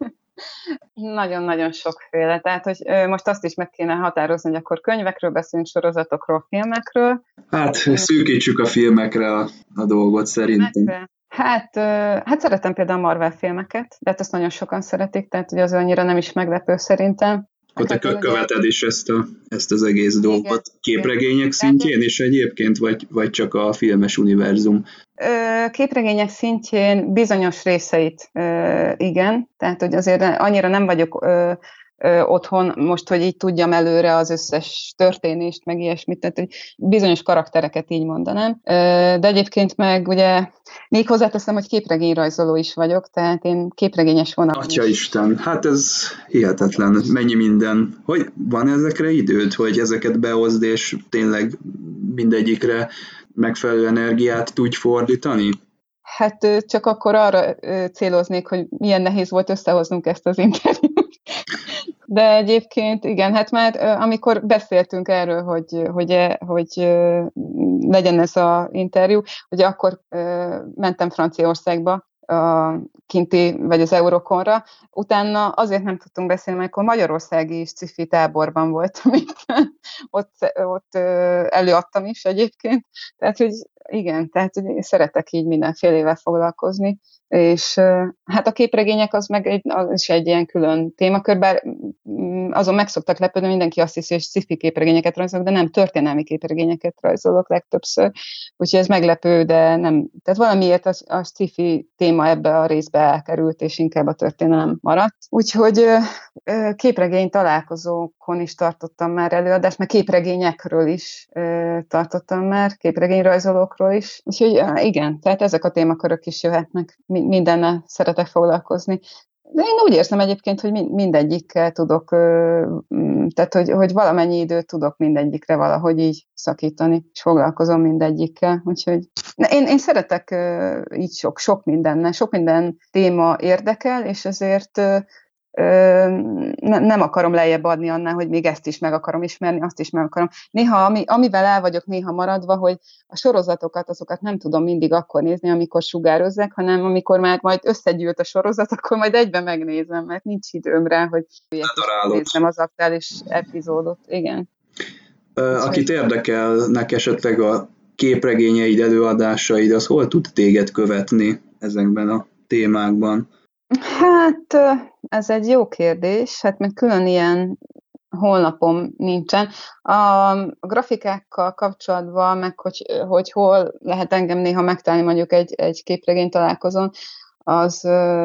Nagyon-nagyon sokféle. Tehát, hogy ö, most azt is meg kéne határozni, hogy akkor könyvekről beszélünk, sorozatokról, filmekről. Hát szűkítsük a filmekre a, a dolgot szerintem. Filmekre. Hát, hát szeretem például a Marvel filmeket, de hát ezt nagyon sokan szeretik, tehát ugye az annyira nem is meglepő szerintem. Akkor te hát, követed is ezt, a, ezt az egész igen, dolgot képregények igen. szintjén is egyébként, vagy, vagy csak a filmes univerzum? Képregények szintjén bizonyos részeit igen, tehát hogy azért annyira nem vagyok Ö, otthon, most, hogy így tudjam előre az összes történést, meg ilyesmit, tehát hogy bizonyos karaktereket így mondanám. Ö, de egyébként meg ugye még hozzáteszem, hogy képregényrajzoló is vagyok, tehát én képregényes vonalon Atya is. Isten, hát ez hihetetlen, mennyi minden. Hogy van ezekre időd, hogy ezeket behozd, és tényleg mindegyikre megfelelő energiát tudj fordítani? Hát csak akkor arra céloznék, hogy milyen nehéz volt összehoznunk ezt az interjút. De egyébként igen, hát már amikor beszéltünk erről, hogy, hogy, hogy legyen ez az interjú, hogy akkor mentem Franciaországba, a kinti, vagy az Euroconra, utána azért nem tudtunk beszélni, mert akkor magyarországi sci-fi táborban voltam itt, ott, ott előadtam is egyébként, tehát hogy igen, tehát hogy szeretek így mindenfélével foglalkozni, és hát a képregények az meg egy, az is egy ilyen külön témakör, bár azon meg szoktak lepődni, mindenki azt hiszi, hogy sci-fi képregényeket rajzolok, de nem történelmi képregényeket rajzolok legtöbbször, úgyhogy ez meglepő, de nem, tehát valamiért a, a sci-fi téma ebbe a részbe elkerült, és inkább a történelem maradt. Úgyhogy képregény találkozókon is tartottam már előadást, meg képregényekről is tartottam már, képregényrajzolókról is, úgyhogy igen, tehát ezek a témakörök is jöhetnek, mindennel szeretek foglalkozni. De én úgy érzem egyébként, hogy mindegyikkel tudok, tehát hogy, hogy valamennyi időt tudok mindegyikre valahogy így szakítani, és foglalkozom mindegyikkel. Úgyhogy én, én szeretek így sok, sok mindennel, sok minden téma érdekel, és ezért nem akarom lejjebb adni annál, hogy még ezt is meg akarom ismerni, azt is meg akarom. Néha, ami, amivel el vagyok néha maradva, hogy a sorozatokat, azokat nem tudom mindig akkor nézni, amikor sugározzák, hanem amikor már majd összegyűlt a sorozat, akkor majd egyben megnézem, mert nincs időm rá, hogy nézem az aktuális epizódot. Igen. Uh, akit érdekelnek esetleg a képregényeid, előadásaid, az hol tud téged követni ezekben a témákban? Hát ez egy jó kérdés, hát meg külön ilyen honlapom nincsen. A grafikákkal kapcsolatban, meg hogy, hogy hol lehet engem néha megtalálni mondjuk egy, egy képregény találkozón, az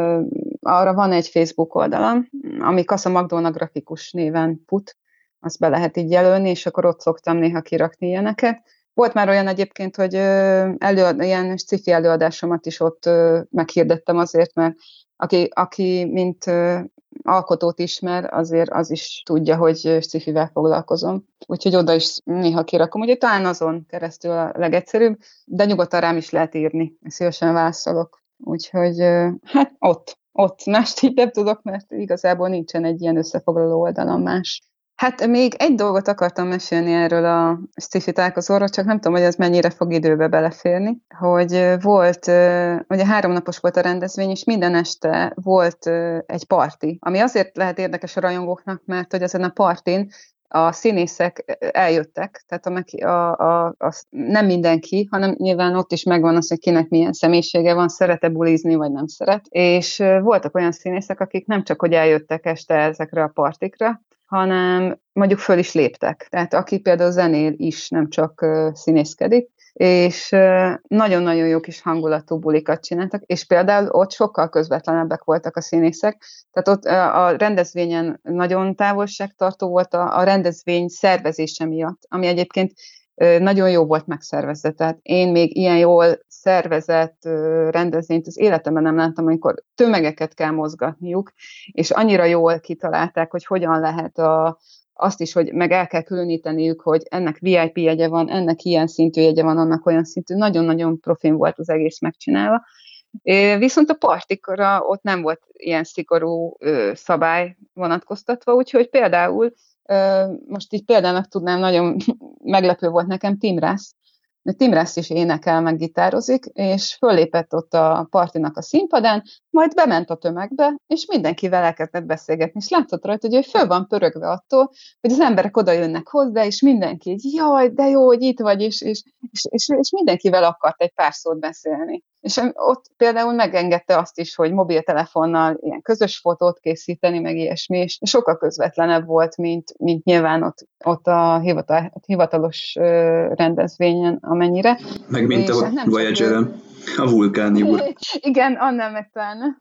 arra van egy Facebook oldalam, ami Kassa Magdolna grafikus néven fut, azt be lehet így jelölni, és akkor ott szoktam néha kirakni ilyeneket. Volt már olyan egyébként, hogy előad, ilyen sci-fi előadásomat is ott meghirdettem azért, mert aki, aki mint alkotót ismer, azért az is tudja, hogy sci-fivel foglalkozom. Úgyhogy oda is néha kirakom. Ugye talán azon keresztül a legegyszerűbb, de nyugodtan rám is lehet írni. Szívesen válaszolok. Úgyhogy hát ott, ott mást így nem tudok, mert igazából nincsen egy ilyen összefoglaló oldalam más. Hát még egy dolgot akartam mesélni erről a sci-fi találkozóról, csak nem tudom, hogy ez mennyire fog időbe beleférni, hogy volt, ugye háromnapos volt a rendezvény, és minden este volt egy parti, ami azért lehet érdekes a rajongóknak, mert hogy ezen a partin a színészek eljöttek, tehát a, a, a, a, nem mindenki, hanem nyilván ott is megvan az, hogy kinek milyen személyisége van, szeret-e bulizni, vagy nem szeret, és voltak olyan színészek, akik nem csak, hogy eljöttek este ezekre a partikra, hanem mondjuk föl is léptek. Tehát aki például zenél is, nem csak uh, színészkedik, és uh, nagyon-nagyon jó kis hangulatú bulikat csináltak, és például ott sokkal közvetlenebbek voltak a színészek, tehát ott uh, a rendezvényen nagyon távolságtartó volt a, a rendezvény szervezése miatt, ami egyébként uh, nagyon jó volt megszervezve. Tehát én még ilyen jól szervezett uh, rendezvényt az életemben nem láttam, amikor tömegeket kell mozgatniuk, és annyira jól kitalálták, hogy hogyan lehet a, azt is, hogy meg el kell különíteniük, hogy ennek vé i pé jegye van, ennek ilyen szintű jegye van, annak olyan szintű. Nagyon-nagyon profin volt az egész megcsinálva. É, viszont a partikra ott nem volt ilyen szigorú ö, szabály vonatkoztatva, úgyhogy például, ö, most így példának tudnám, nagyon meglepő volt nekem Tim Russ, Tim Russ is énekel, meg gitározik, és föllépett ott a partinak a színpadán, majd bement a tömegbe, és mindenkivel elkezdett beszélgetni, és látszott rajta, hogy ő föl van pörögve attól, hogy az emberek oda jönnek hozzá, és mindenki így, jaj, de jó, hogy itt vagy, és, és, és, és, és mindenkivel akart egy pár szót beszélni. És ott például megengedte azt is, hogy mobiltelefonnal ilyen közös fotót készíteni, meg ilyesmi, és sokkal közvetlenebb volt, mint, mint nyilván ott, ott a hivatal, hivatalos rendezvényen, amennyire. Meg mint és a Voyager-en, a vulkáni úr. Igen, annál meg pláne.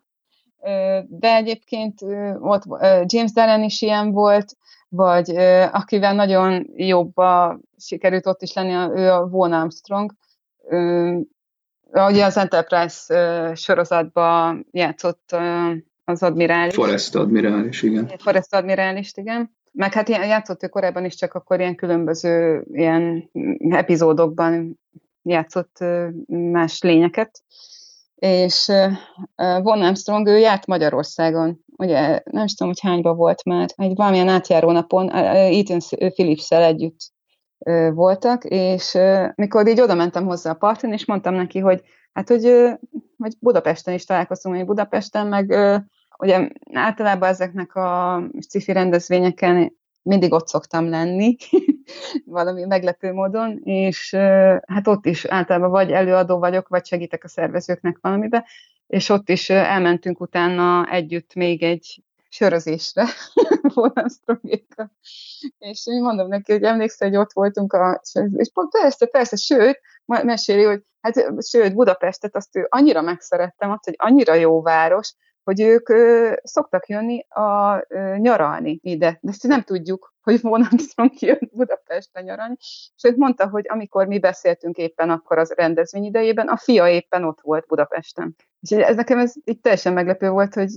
De egyébként ott James Darren is ilyen volt, vagy akivel nagyon jobba sikerült ott is lenni, ő a Vaughn Armstrong. Ugye az Enterprise sorozatban játszott az admirális. Forrest admirális, igen. Forrest admirális, igen. Meg hát játszott ő korábban is, csak akkor ilyen különböző ilyen epizódokban játszott más lényeket. És Vaughn Armstrong, ő járt Magyarországon. Ugye nem is tudom, hogy hányba volt már. Egy valamilyen átjáró napon Ethan Phillips-szel együtt voltak, és mikor így oda mentem hozzá a partin, és mondtam neki, hogy hát, hogy, hogy Budapesten is találkoztunk, hogy Budapesten, meg ugye általában ezeknek a sci-fi rendezvényeken mindig ott szoktam lenni, valami meglepő módon, és hát ott is általában vagy előadó vagyok, vagy segítek a szervezőknek valamibe, és ott is elmentünk utána együtt még egy sörözésre, Armstrongékkal. És én mondom neki, hogy emlékszel, hogy ott voltunk a és persze, persze, sőt, meséli, hogy hát sőt, Budapestet azt ő annyira megszerettem, azt, hogy annyira jó város, hogy ők ö, szoktak jönni a, ö, nyaralni ide. De ezt nem tudjuk, hogy Vaughn Armstrong jön Budapestre nyaralni. És ő mondta, hogy amikor mi beszéltünk éppen akkor az rendezvény idejében, a fia éppen ott volt Budapesten. És ez nekem ez így teljesen meglepő volt, hogy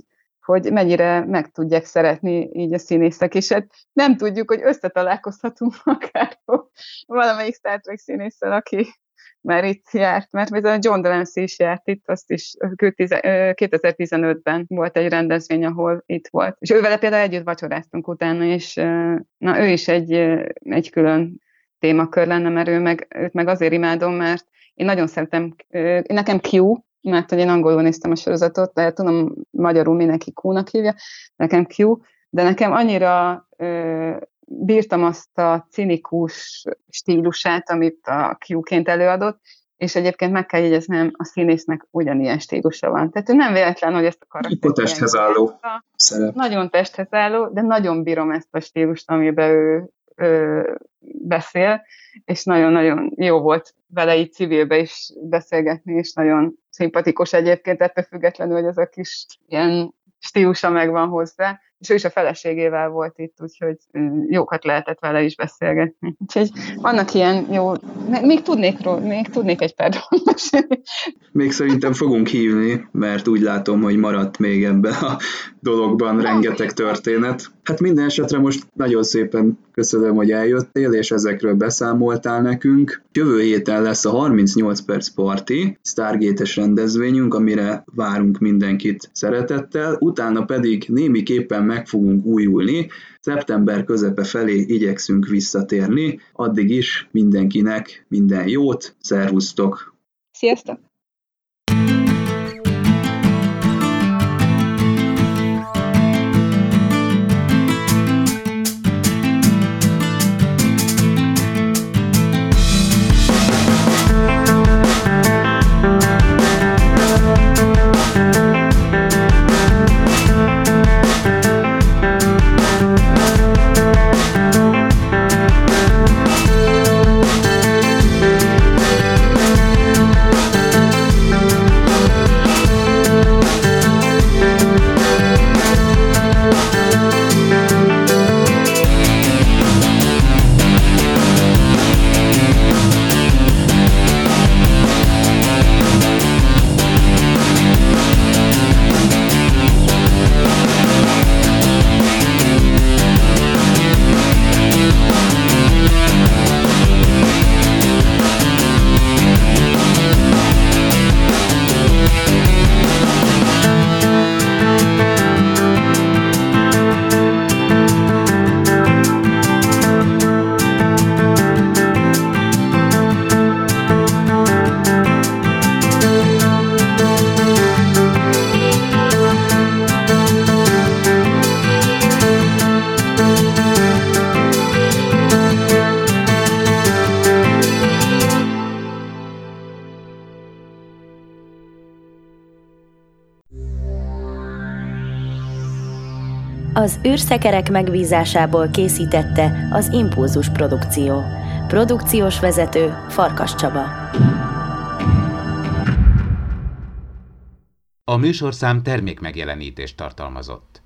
hogy mennyire meg tudják szeretni így a színészek, és hát nem tudjuk, hogy összetalálkozhatunk akár valamelyik Star Trek színésszel, aki már itt járt, mert a John Delancey is járt itt, azt is kétezer-tizenötben volt egy rendezvény, ahol itt volt. És ővele például együtt vacsoráztunk utána, és na, ő is egy, egy külön témakör lenne, mert ő meg, őt meg azért imádom, mert én nagyon szeretem, nekem Q, mert hogy én angolul néztem a sorozatot, de tudom, magyarul mindenki Q-nak hívja, nekem Q, de nekem annyira ö, bírtam azt a cinikus stílusát, amit a Q-ként előadott, és egyébként meg kell jegyeznem, a színésznek ugyanilyen stílusa van. Tehát ő nem véletlen, hogy ezt a karaktert... testhez álló szerep. Nagyon testhez álló, de nagyon bírom ezt a stílust, amiben ő, ő beszél, és nagyon-nagyon jó volt vele így civilbe is beszélgetni, és nagyon szimpatikus egyébként, ettől függetlenül, hogy ez a kis ilyen stílusa megvan hozzá, és ő is a feleségével volt itt, úgyhogy jókat lehetett vele is beszélgetni. Úgyhogy vannak ilyen jó... Még tudnék, még tudnék egy pár dolgot mesélni. Még szerintem fogunk hívni, mert úgy látom, hogy maradt még ebben a dologban rengeteg történet. Hát minden esetre most nagyon szépen köszönöm, hogy eljöttél, és ezekről beszámoltál nekünk. Jövő héten lesz a harmincnyolc perc parti, Stargate-es rendezvényünk, amire várunk mindenkit szeretettel, utána pedig némiképpen meg fogunk újulni, szeptember közepe felé igyekszünk visszatérni, addig is mindenkinek minden jót, szervusztok! Sziasztok! Az űrszekerek megbízásából készítette az Impulzus Produkció. Produkciós vezető Farkas Csaba. A műsorszám termékmegjelenítést tartalmazott.